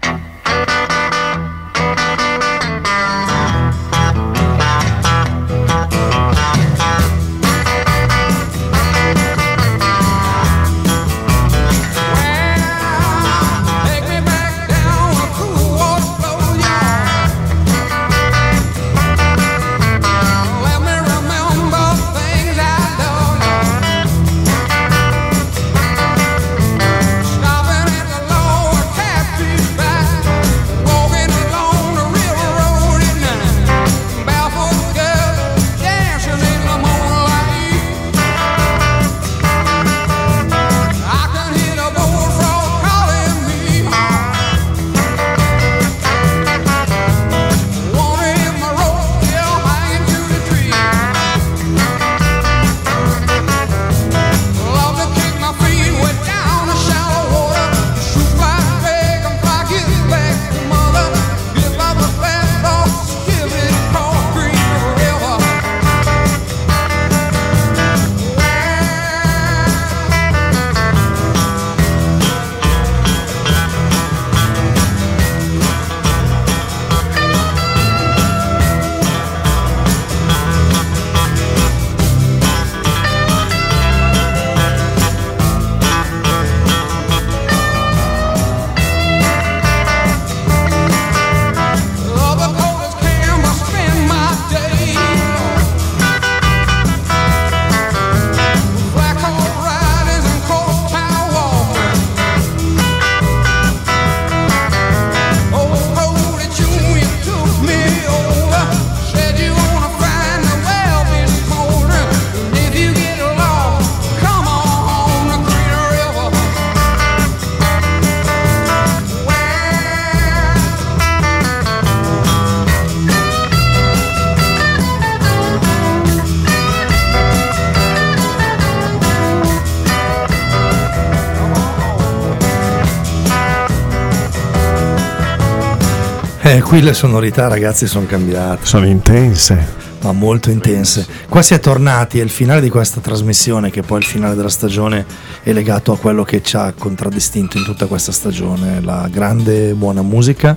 Eh, qui le sonorità, ragazzi, sono cambiate. Sono intense. Ma molto intense. Qua si è tornati, è il finale di questa trasmissione, che poi il finale della stagione è legato a quello che ci ha contraddistinto in tutta questa stagione: la grande buona musica,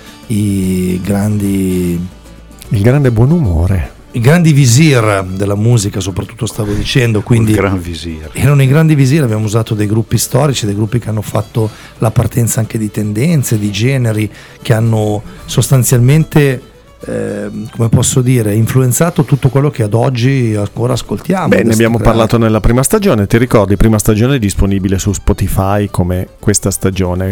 i grandi il grande buon umore, i grandi visir della musica, soprattutto stavo dicendo, quindi il gran visir. Erano i grandi visir. Abbiamo usato dei gruppi storici, dei gruppi che hanno fatto la partenza anche di tendenze, di generi, che hanno sostanzialmente Eh, come posso dire, influenzato tutto quello che ad oggi ancora ascoltiamo. Beh, ne abbiamo parlato nella prima stagione, ti ricordi? Prima stagione è disponibile su Spotify, come questa stagione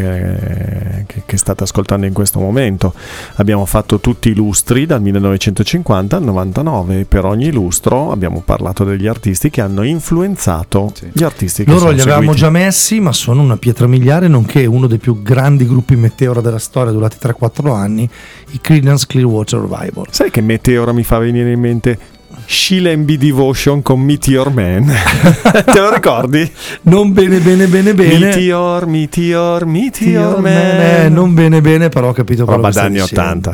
eh, che, che state ascoltando in questo momento. Abbiamo fatto tutti i lustri dal millenovecentocinquanta al novantanove, per ogni lustro abbiamo parlato degli artisti che hanno influenzato sì. gli artisti che loro sono li avevamo seguiti. già messi, ma sono una pietra miliare, nonché uno dei più grandi gruppi meteora della storia, durati tre quattro anni, i Creedence Clearwater Revival. Sai che Meteora mi fa venire in mente Sheila and B Devotion con Meteor Man? Te lo ricordi? Non bene bene bene bene Meteor, Meteor, Meteor, Meteor Man, Man. Eh, non bene bene, però ho capito quello roba che stai d'anni dicendo. ottanta.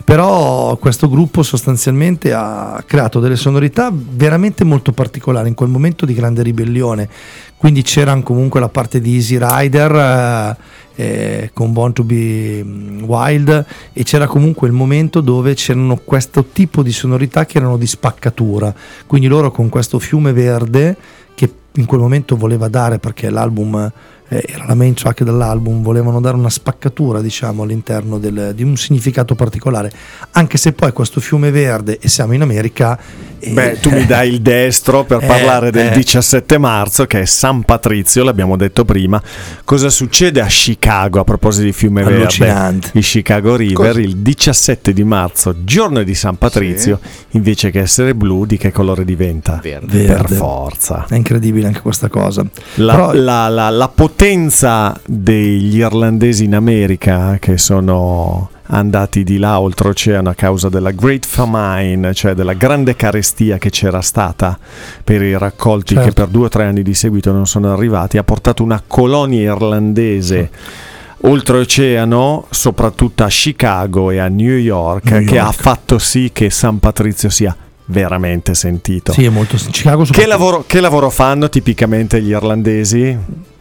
Però questo gruppo sostanzialmente ha creato delle sonorità veramente molto particolari in quel momento di grande ribellione. Quindi c'era comunque la parte di Easy Rider eh, eh, con Born to Be Wild, e c'era comunque il momento dove c'erano questo tipo di sonorità che erano di spaccatura. Quindi loro con questo fiume verde che in quel momento voleva dare, perché l'album eh, era la main track dell'album, volevano dare una spaccatura, diciamo, all'interno del, di un significato particolare, anche se poi questo fiume verde, e siamo in America. Beh, tu mi dai il destro per eh, parlare del eh. diciassette marzo, che è San Patrizio, l'abbiamo detto prima. Cosa succede a Chicago a proposito di fiume verde? Il Chicago River. Cosa? Il diciassette di marzo, giorno di San Patrizio, sì. Invece che essere blu, di che colore diventa? Verde. Per forza. È incredibile anche questa cosa. La, Però... la, la, la potenza degli irlandesi in America, che sono andati di là oltreoceano a causa della Great Famine, cioè della grande carestia che c'era stata per i raccolti, certo, che per due o tre anni di seguito non sono arrivati, ha portato una colonia irlandese oltreoceano, soprattutto a Chicago e a New York, New York, che ha fatto sì che San Patrizio sia veramente sentito. Sì, è molto Chicago. Che lavoro, che lavoro fanno tipicamente gli irlandesi?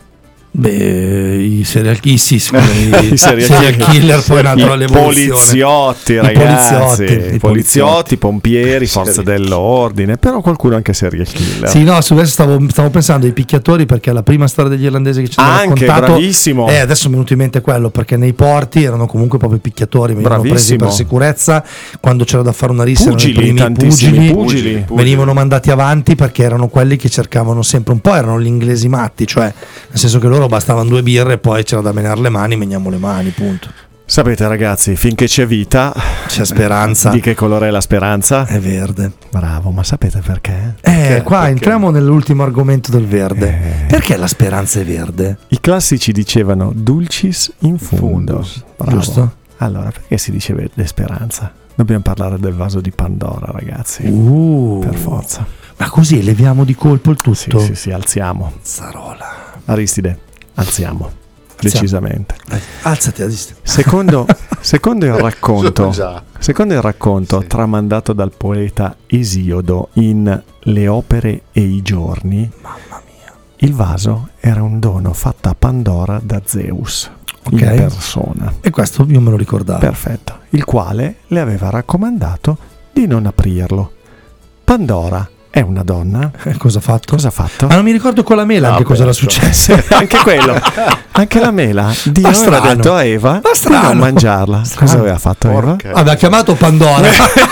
Beh, i serial, i, sì, scusa, i serial, serial killer, poi un altro i poliziotti, ragazzi, i poliziotti, i poliziotti, pompieri, forze dell'ordine, però qualcuno anche serial killer. Sì, no, su questo stavo, stavo pensando ai picchiatori, perché la prima storia degli irlandesi che ci hanno anche, raccontato, bravissimo. Eh, adesso mi è venuto in mente quello, perché nei porti erano comunque proprio i picchiatori, venivano presi per sicurezza, quando c'era da fare una rissa pugili, erano i primi pugili, pugili, pugili, pugili, venivano mandati avanti perché erano quelli che cercavano sempre, un po' erano gli inglesi matti, cioè nel senso che loro bastavano due birre e poi c'era da menare le mani, meniamo le mani, punto. Sapete ragazzi, finché c'è vita c'è speranza. Di che colore è la speranza? È verde. Bravo, ma sapete perché? Eh, perché, qua perché? entriamo nell'ultimo argomento del verde. Eh. Perché la speranza è verde? I classici dicevano dulcis in fundus. Bravo. Giusto? Allora, perché si dice verde speranza? Dobbiamo parlare del vaso di Pandora, ragazzi. Uh. Per forza. Ma così eleviamo di colpo il tutto? Sì, sì, sì, alziamo. Zarola. Aristide, alziamo, alziamo. Decisamente. Alzati, Aristide. Secondo, secondo il racconto, secondo il racconto sì. tramandato dal poeta Esiodo in Le opere e i giorni, mamma mia, il vaso era un dono fatto a Pandora da Zeus, okay, in persona. E questo io me lo ricordavo. Perfetto. Il quale le aveva raccomandato di non aprirlo. Pandora è una donna. Eh, cosa ha fatto? Cosa ha fatto? Ma non mi ricordo con la mela anche cosa era successo. Anche quello. Anche la mela. Dio ha detto a Eva di non mangiarla. Strano. Cosa aveva fatto Porca. Eva? Aveva chiamato Pandora.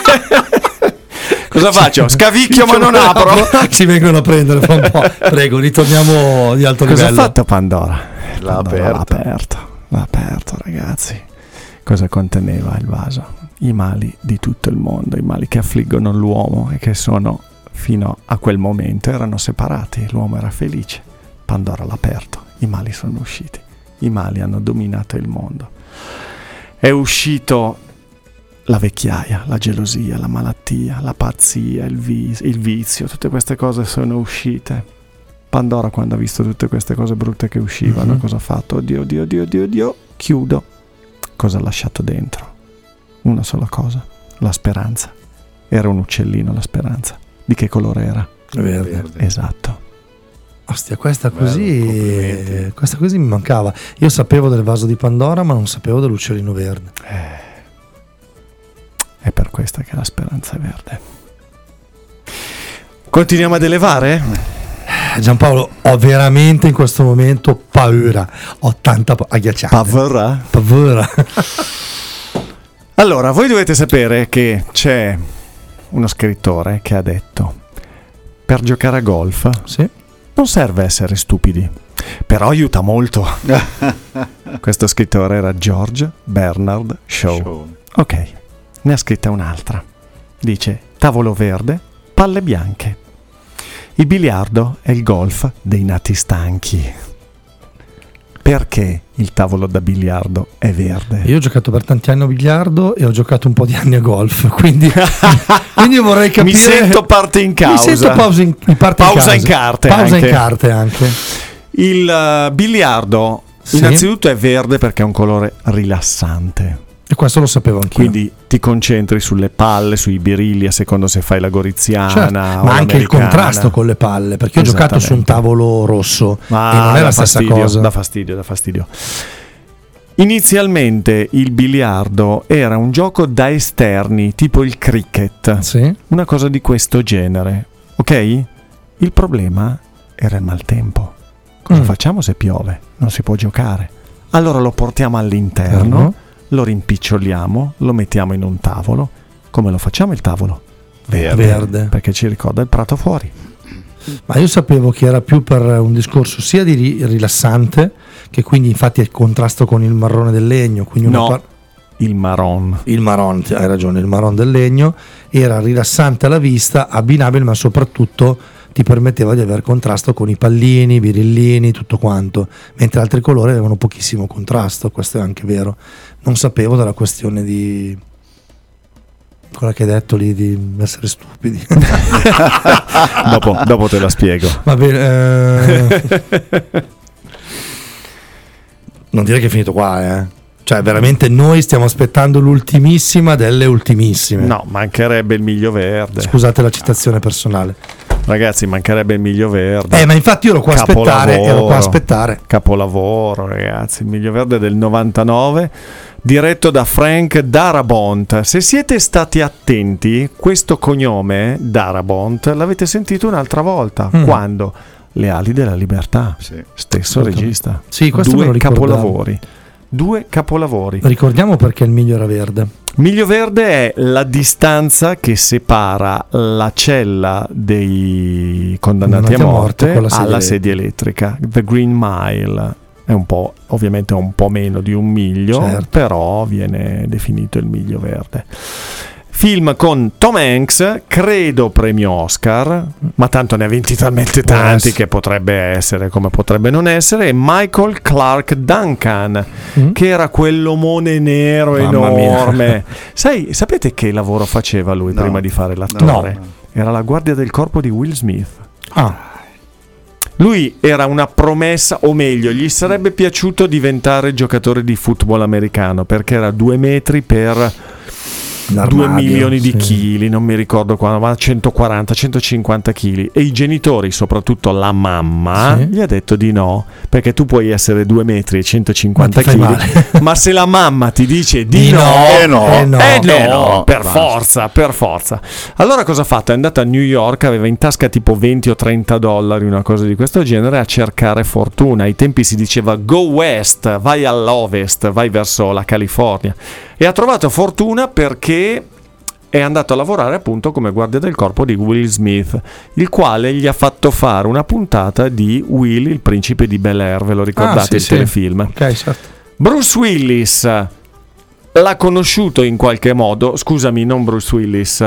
Cosa faccio? Scavicchio ma non apro. Ci vengono a prendere fra un po'. Prego, ritorniamo di alto Cosa livello. Cosa ha fatto Pandora? L'ha Pandora aperto. L'ha aperto. L'ha aperto, ragazzi. Cosa conteneva il vaso? I mali di tutto il mondo, i mali che affliggono l'uomo e che sono, fino a quel momento, erano separati. L'uomo era felice. Pandora l'ha aperto. I mali sono usciti. I mali hanno dominato il mondo. È uscito la vecchiaia, la gelosia, la malattia, la pazzia, il, vis- il vizio. Tutte queste cose sono uscite. Pandora, quando ha visto tutte queste cose brutte che uscivano, mm-hmm. cosa ha fatto? Oddio, oddio, oddio, oddio, oddio, chiudo. Cosa ha lasciato dentro? Una sola cosa, la speranza. Era un uccellino la speranza. Di che colore era? Verde. Verde. Esatto. Ostia, questa così, Bello, questa così mi mancava. Io sapevo del vaso di Pandora, ma non sapevo dell'uccellino verde. Eh, è per questo che la speranza è verde. Continuiamo ad elevare? Giampaolo, ho veramente in questo momento paura. Ho tanta pa- agghiacciata. Paura? Paura. Allora, voi dovete sapere che c'è uno scrittore che ha detto: per giocare a golf sì. non serve essere stupidi, però aiuta molto. Questo scrittore era George Bernard Shaw. Shaw. Ok, ne ha scritta un'altra. Dice: tavolo verde, palle bianche. Il biliardo è il golf dei nati stanchi. Perché il tavolo da biliardo è verde? Io ho giocato per tanti anni a biliardo e ho giocato un po' di anni a golf, quindi, quindi vorrei capire. Mi sento parte in causa. Mi sento pausa in, in parte pausa in, in carte. Pausa anche. in carte anche. Il uh, biliardo, sì, innanzitutto è verde perché è un colore rilassante. E questo lo sapevo anch'io. Quindi ti concentri sulle palle, sui birilli, a secondo se fai la goriziana, certo, o ma anche il l'americana. Contrasto con le palle, perché ho giocato su un tavolo rosso ma e non è la stessa fastidio, cosa. Dà fastidio, dà fastidio. Inizialmente il biliardo era un gioco da esterni, tipo il cricket, sì. una cosa di questo genere, ok? Il problema era il maltempo. Cosa mm. facciamo se piove? Non si può giocare. Allora lo portiamo all'interno. Uh-huh. Lo rimpiccioliamo, lo mettiamo in un tavolo. Come lo facciamo il tavolo? Verde. Verde. Perché ci ricorda il prato fuori. Ma io sapevo che era più per un discorso sia di ri- rilassante, che quindi infatti è il contrasto con il marrone del legno. Quindi una no, par- il marron. Il marron, hai ragione, il marron del legno era rilassante alla vista, abbinabile, ma soprattutto ti permetteva di avere contrasto con i pallini, i birillini, tutto quanto, mentre altri colori avevano pochissimo contrasto. Questo è anche vero. Non sapevo della questione di quella che hai detto lì di essere stupidi. dopo, dopo te la spiego. Va bene, eh... non dire che è finito qua, eh. Cioè veramente noi stiamo aspettando l'ultimissima delle ultimissime. No, mancherebbe il miglio verde. Scusate la citazione personale. Ragazzi, mancherebbe il miglio verde. Eh, ma infatti io ero qua a aspettare, ero qua a aspettare. Capolavoro, ragazzi, il miglio verde del novantanove, diretto da Frank Darabont. Se siete stati attenti, questo cognome Darabont l'avete sentito un'altra volta. Mm. Quando? Le ali della libertà. Sì. Stesso regista. Sì, questo me lo Due ricordavo. capolavori. Due capolavori. Ricordiamo perché il miglio era verde. Miglio verde è la distanza che separa la cella dei condannati a morte, con la sedia alla elettrica. sedia elettrica. The Green Mile è un po', ovviamente un po' meno di un miglio, Certo. però viene definito il miglio verde. Film con Tom Hanks, credo premio Oscar, ma tanto ne ha vinti talmente Può tanti essere. che potrebbe essere come potrebbe non essere. E Michael Clark Duncan, Mm. che era quell'omone nero Mamma mia. enorme. Sai, sapete che lavoro faceva lui No. prima di fare l'attore? No. Era la guardia del corpo di Will Smith. Ah, Lui era una promessa, o meglio, gli sarebbe piaciuto diventare giocatore di football americano perché era due metri per due milioni di sì. chili, non mi ricordo quando, ma centoquaranta centocinquanta chili. E i genitori, soprattutto la mamma, Sì. gli ha detto di no, perché tu puoi essere due metri e centocinquanta Ma ti fai chili, male. ma se la mamma ti dice di, Di no, no, eh no, eh no. eh no, eh no, per basta. forza, per forza. Allora cosa ha fatto? È andato a New York, aveva in tasca tipo venti o trenta dollari, una cosa di questo genere, a cercare fortuna. Ai tempi si diceva go west, vai all'ovest, vai verso la California. E ha trovato fortuna perché è andato a lavorare appunto come guardia del corpo di Will Smith, il quale gli ha fatto fare una puntata di Will, il principe di Bel-Air, ve lo ricordate, Ah, sì, il sì. telefilm? ok, certo. Bruce Willis l'ha conosciuto in qualche modo, scusami, non Bruce Willis,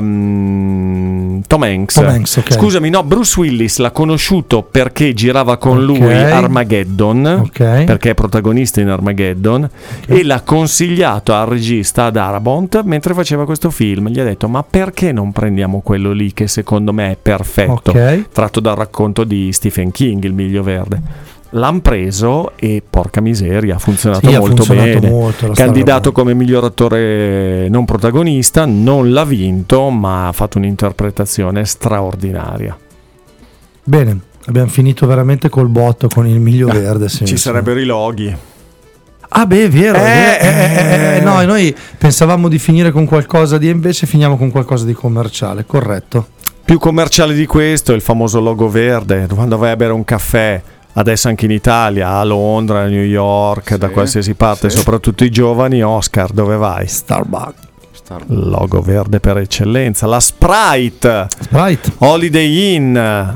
um, Tom Hanks. Tom Hanks, ok. Scusami, no, Bruce Willis l'ha conosciuto perché girava con Ok. lui Armageddon, Ok. perché è protagonista in Armageddon, e l'ha consigliato al regista, ad Darabont, mentre faceva questo film. Gli ha detto: ma perché non prendiamo quello lì che secondo me è perfetto, Ok. tratto dal racconto di Stephen King, Il miglio verde. L'han preso e porca miseria, ha funzionato Sì, ha molto funzionato bene. molto la Candidato storia. come miglior attore non protagonista, non l'ha vinto, ma ha fatto un'interpretazione straordinaria. Bene, abbiamo finito veramente col botto con il miglio verde. sì, Ci sì. sarebbero i loghi. Ah beh, è vero, è Eh, vero. Eh, eh, eh, eh. no, noi pensavamo di finire con qualcosa di, invece finiamo con qualcosa di commerciale, corretto. Più commerciale di questo è il famoso logo verde, quando vai a bere un caffè, adesso anche in Italia, a Londra, a New York, Sì, da qualsiasi parte, sì. soprattutto i giovani. Oscar, dove vai? Starbucks. Star- Logo verde per eccellenza. La Sprite, Sprite, Holiday Inn,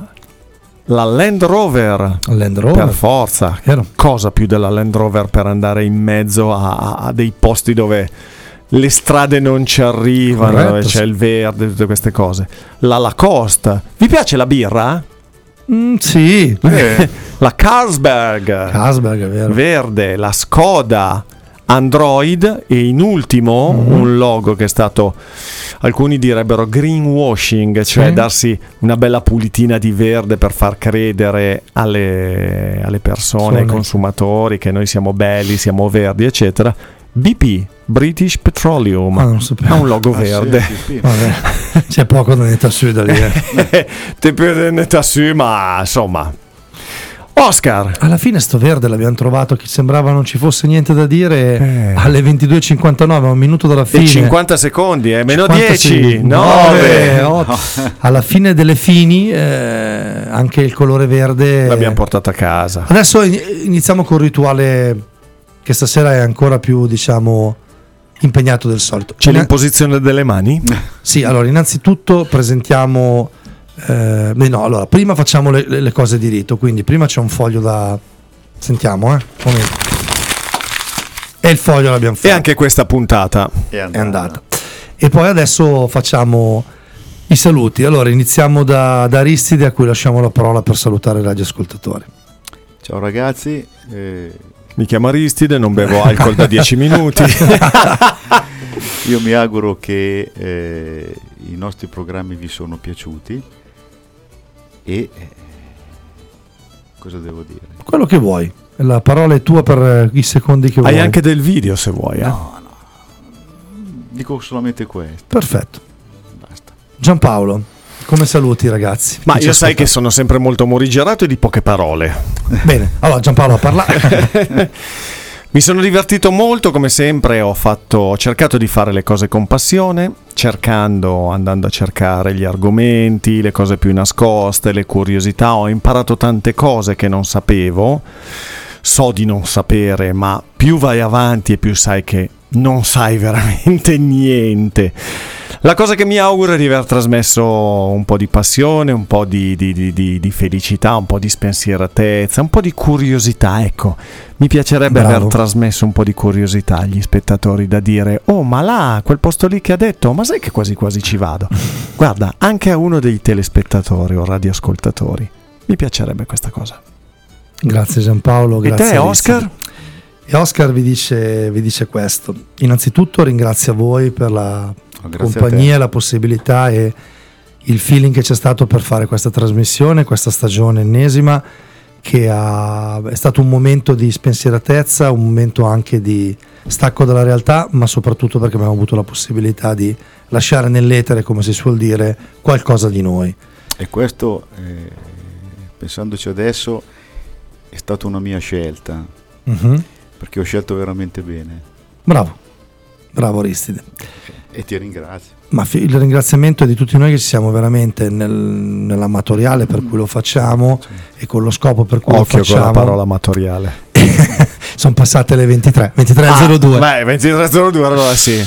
la Land Rover, Land Rover. per forza. Vero. Cosa più della Land Rover per andare in mezzo a, a dei posti dove le strade non ci arrivano, Corretto, dove c'è sì. il verde, tutte queste cose. La Lacoste. Vi piace la birra? Mm, sì, Eh, La Carlsberg, Carlsberg, è vero. verde, la Skoda, Android, e in ultimo Mm-hmm. un logo che è stato, alcuni direbbero greenwashing, cioè Sì. darsi una bella pulitina di verde per far credere alle, alle persone, ai Sono- consumatori, che noi siamo belli, siamo verdi, eccetera. B P, British Petroleum, Ah, non sapevo. ha un logo ah, sì, verde. sì, sì. Vabbè, c'è poco da mettere su da lì. eh. Te prendete su, ma insomma. Oscar, Alla fine sto verde l'abbiamo trovato che sembrava non ci fosse niente da dire Eh. alle ventidue e cinquantanove, a un minuto dalla fine. e cinquanta secondi, eh? meno cinquanta dieci, secondi. nove. otto. Alla fine delle fini eh, anche il colore verde L'abbiamo portato a casa. Adesso in- iniziamo col rituale che stasera è ancora più, diciamo, impegnato del solito. C'è Inna- l'imposizione delle mani? Sì, allora innanzitutto presentiamo eh, beh, no, allora prima facciamo le, le- le cose di rito, quindi prima c'è un foglio da sentiamo, eh. Momento. E il foglio l'abbiamo fatto. E anche questa puntata. È È andata. E poi adesso facciamo I saluti, allora iniziamo da, da Aristide, a cui lasciamo la parola per salutare i radioascoltatori. Ciao ragazzi, eh... mi chiamo Aristide, non bevo alcol da dieci minuti. Io mi auguro che eh, i nostri programmi vi sono piaciuti e eh, cosa devo dire? Quello che vuoi, la parola è tua per i secondi che vuoi. Hai anche del video se vuoi. Eh? No, no, dico solamente questo. Perfetto. Basta. Giampaolo, come saluti ragazzi? Ma Chi io ci sai ascolta? che sono sempre molto morigerato e di poche parole. Bene, allora Giampaolo a parlare. Mi sono divertito molto come sempre, ho, fatto, ho cercato di fare le cose con passione, cercando, andando a cercare gli argomenti, le cose più nascoste, le curiosità, ho imparato tante cose che non sapevo, so di non sapere, ma più vai avanti e più sai che non sai veramente niente. La cosa che mi auguro è di aver trasmesso un po' di passione, un po' di, di, di, di, di felicità, un po' di spensieratezza, un po' di curiosità, ecco. Mi piacerebbe Bravo. aver trasmesso un po' di curiosità agli spettatori, da dire: oh, ma là, quel posto lì che ha detto, ma sai che quasi quasi ci vado. Guarda, anche a uno dei telespettatori o radioascoltatori mi piacerebbe questa cosa. Grazie Giampaolo, E grazie te, Aristide. Oscar? E Oscar vi dice, vi dice questo: innanzitutto ringrazio voi per la Grazie compagnia, la possibilità e il feeling che c'è stato per fare questa trasmissione, questa stagione ennesima, che ha, è stato un momento di spensieratezza, un momento anche di stacco dalla realtà, ma soprattutto perché abbiamo avuto la possibilità di lasciare nell'etere, come si suol dire, qualcosa di noi. E questo, eh, pensandoci adesso, è stata una mia scelta, Mhm. perché ho scelto veramente bene Bravo, bravo Aristide. e ti ringrazio. Ma fi- il ringraziamento è di tutti noi che ci siamo veramente nel, nell'amatoriale per cui lo facciamo e con lo scopo per cui Occhio lo con la facciamo. parola amatoriale. Sono passate le ventitré, ventitré e zero due. Beh, ventitré zero due, allora sì.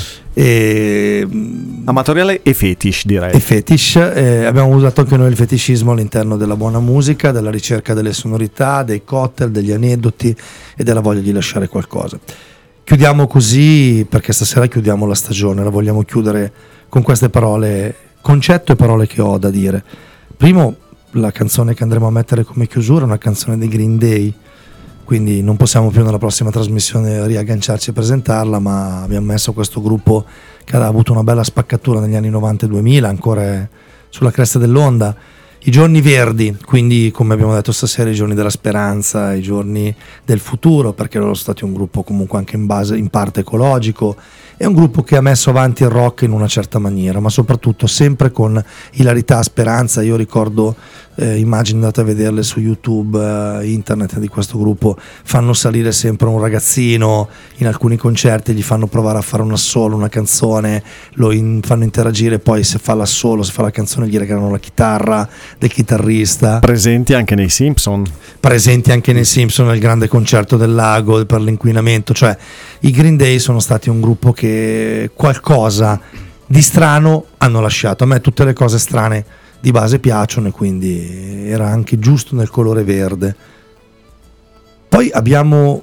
E, Amatoriale e fetish, direi. e fetish, eh, abbiamo usato anche noi il fetiscismo all'interno della buona musica, della ricerca delle sonorità, dei cocktail, degli aneddoti e della voglia di lasciare qualcosa. Chiudiamo così, perché stasera chiudiamo la stagione, la vogliamo chiudere con queste parole, concetto e parole che ho da dire. Primo, la canzone che andremo a mettere come chiusura è una canzone dei Green Day, quindi non possiamo più nella prossima trasmissione riagganciarci e presentarla, ma abbiamo messo questo gruppo che ha avuto una bella spaccatura negli anni novanta e duemila, ancora è sulla cresta dell'onda. I giorni verdi, quindi come abbiamo detto stasera, i giorni della speranza, i giorni del futuro, perché loro sono stati un gruppo comunque anche in base, in parte ecologico. È un gruppo che ha messo avanti il rock in una certa maniera, ma soprattutto sempre con ilarità, speranza. Io ricordo eh, immagini, andate a vederle su YouTube, eh, internet, di questo gruppo, fanno salire sempre un ragazzino in alcuni concerti, gli fanno provare a fare un assolo, una canzone, lo in, fanno interagire, poi se fa l'assolo, se fa la canzone gli regalano la chitarra del chitarrista. Presenti anche nei Simpson. Presenti anche nei Simpson, nel grande concerto del lago per l'inquinamento. Cioè, i Green Day sono stati un gruppo che qualcosa di strano hanno lasciato. A me tutte le cose strane di base piacciono e quindi era anche giusto nel colore verde. Poi abbiamo,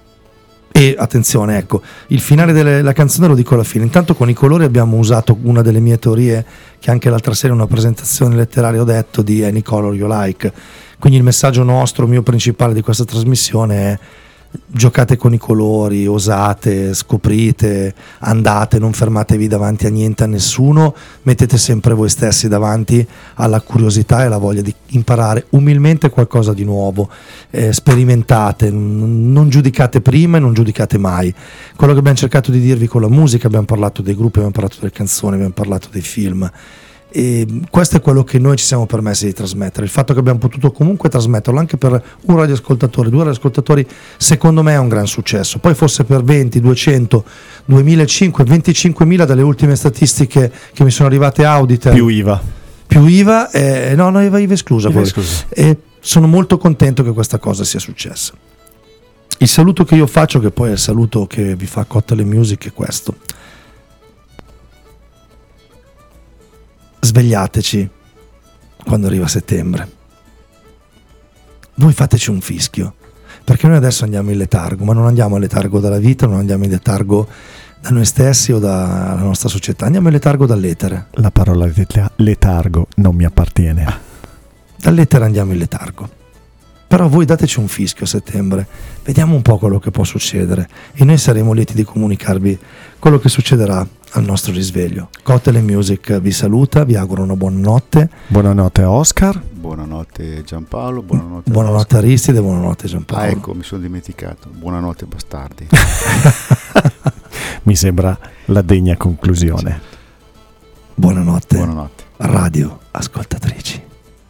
e attenzione, ecco, il finale della canzone lo dico alla fine. Intanto con i colori abbiamo usato una delle mie teorie che anche l'altra sera in una presentazione letteraria ho detto, di Any Color You Like. Quindi il messaggio nostro, mio principale di questa trasmissione è: giocate con i colori, osate, scoprite, andate, non fermatevi davanti a niente, a nessuno, mettete sempre voi stessi davanti alla curiosità e alla voglia di imparare umilmente qualcosa di nuovo, eh, sperimentate, n- non giudicate prima e non giudicate mai. Quello che abbiamo cercato di dirvi con la musica, abbiamo parlato dei gruppi, abbiamo parlato delle canzoni, abbiamo parlato dei film. E questo è quello che noi ci siamo permessi di trasmettere. Il fatto che abbiamo potuto comunque trasmetterlo anche per un radioascoltatore, due radioascoltatori, secondo me è un gran successo. Poi fosse per venti, duecento, duemilacinque, venticinquemila dalle ultime statistiche che mi sono arrivate audite, Più I V A. più I V A, eh, no, no, I V A, I V A esclusa, I V A poi. esclusa. E sono molto contento che questa cosa sia successa. Il saluto che io faccio, che poi è il saluto che vi fa Cocktail Music, è questo: svegliateci quando arriva settembre. Voi fateci un fischio, perché noi adesso andiamo in letargo, ma non andiamo in letargo dalla vita, non andiamo in letargo da noi stessi o dalla nostra società, andiamo in letargo dall'etere. La parola leta- letargo non mi appartiene. Dall'etere andiamo in letargo. Però voi dateci un fischio a settembre, vediamo un po' quello che può succedere e noi saremo lieti di comunicarvi quello che succederà al nostro risveglio. Cocktail and Music vi saluta, vi auguro una buona notte. Buonanotte a Oscar. Buonanotte Giampaolo, buonanotte. Buonanotte Aristide, buonanotte Giampaolo. Ah, ecco, mi sono dimenticato. Buonanotte bastardi. Mi sembra la degna conclusione. Buonanotte. Buonanotte. Radio ascoltatrici.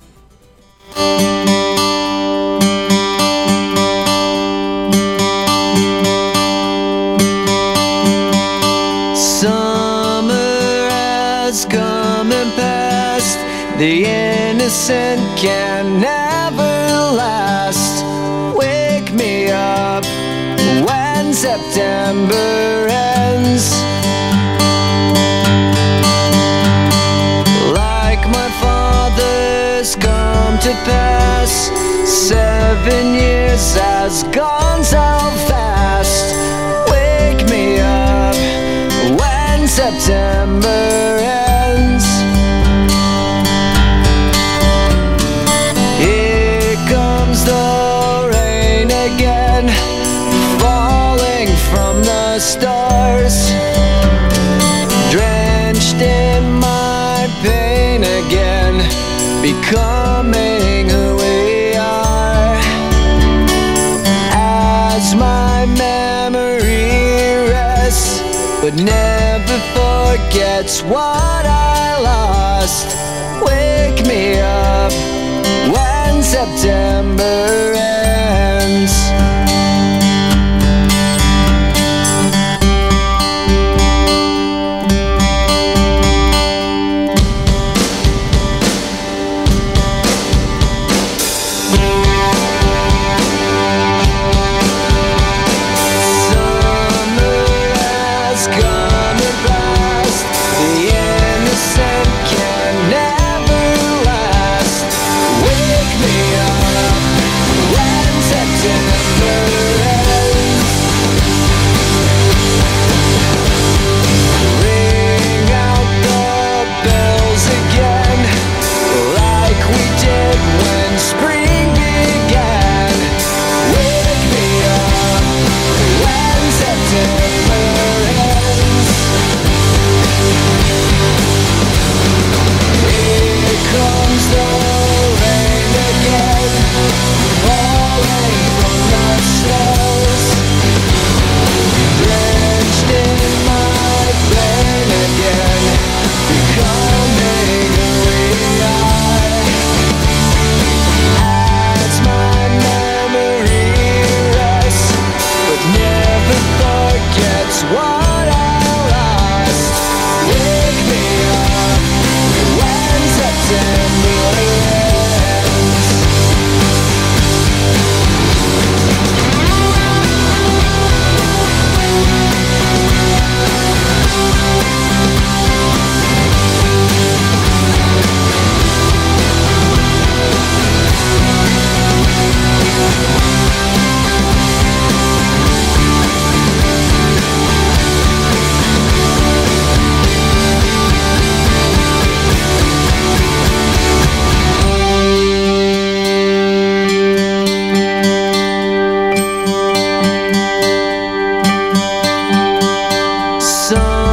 Summer has come and passed. The innocent can never last. Wake me up when September ends. Like my father's come to pass. Seven years has gone so fast. Wake me up when September ends. Here comes the rain again, falling from the stars, drenched in my pain again, becoming who we are. As my memory rests, but never forgets what I lost. Wake me up when September ends.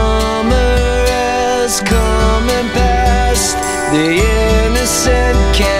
Summer has come and passed. The innocent can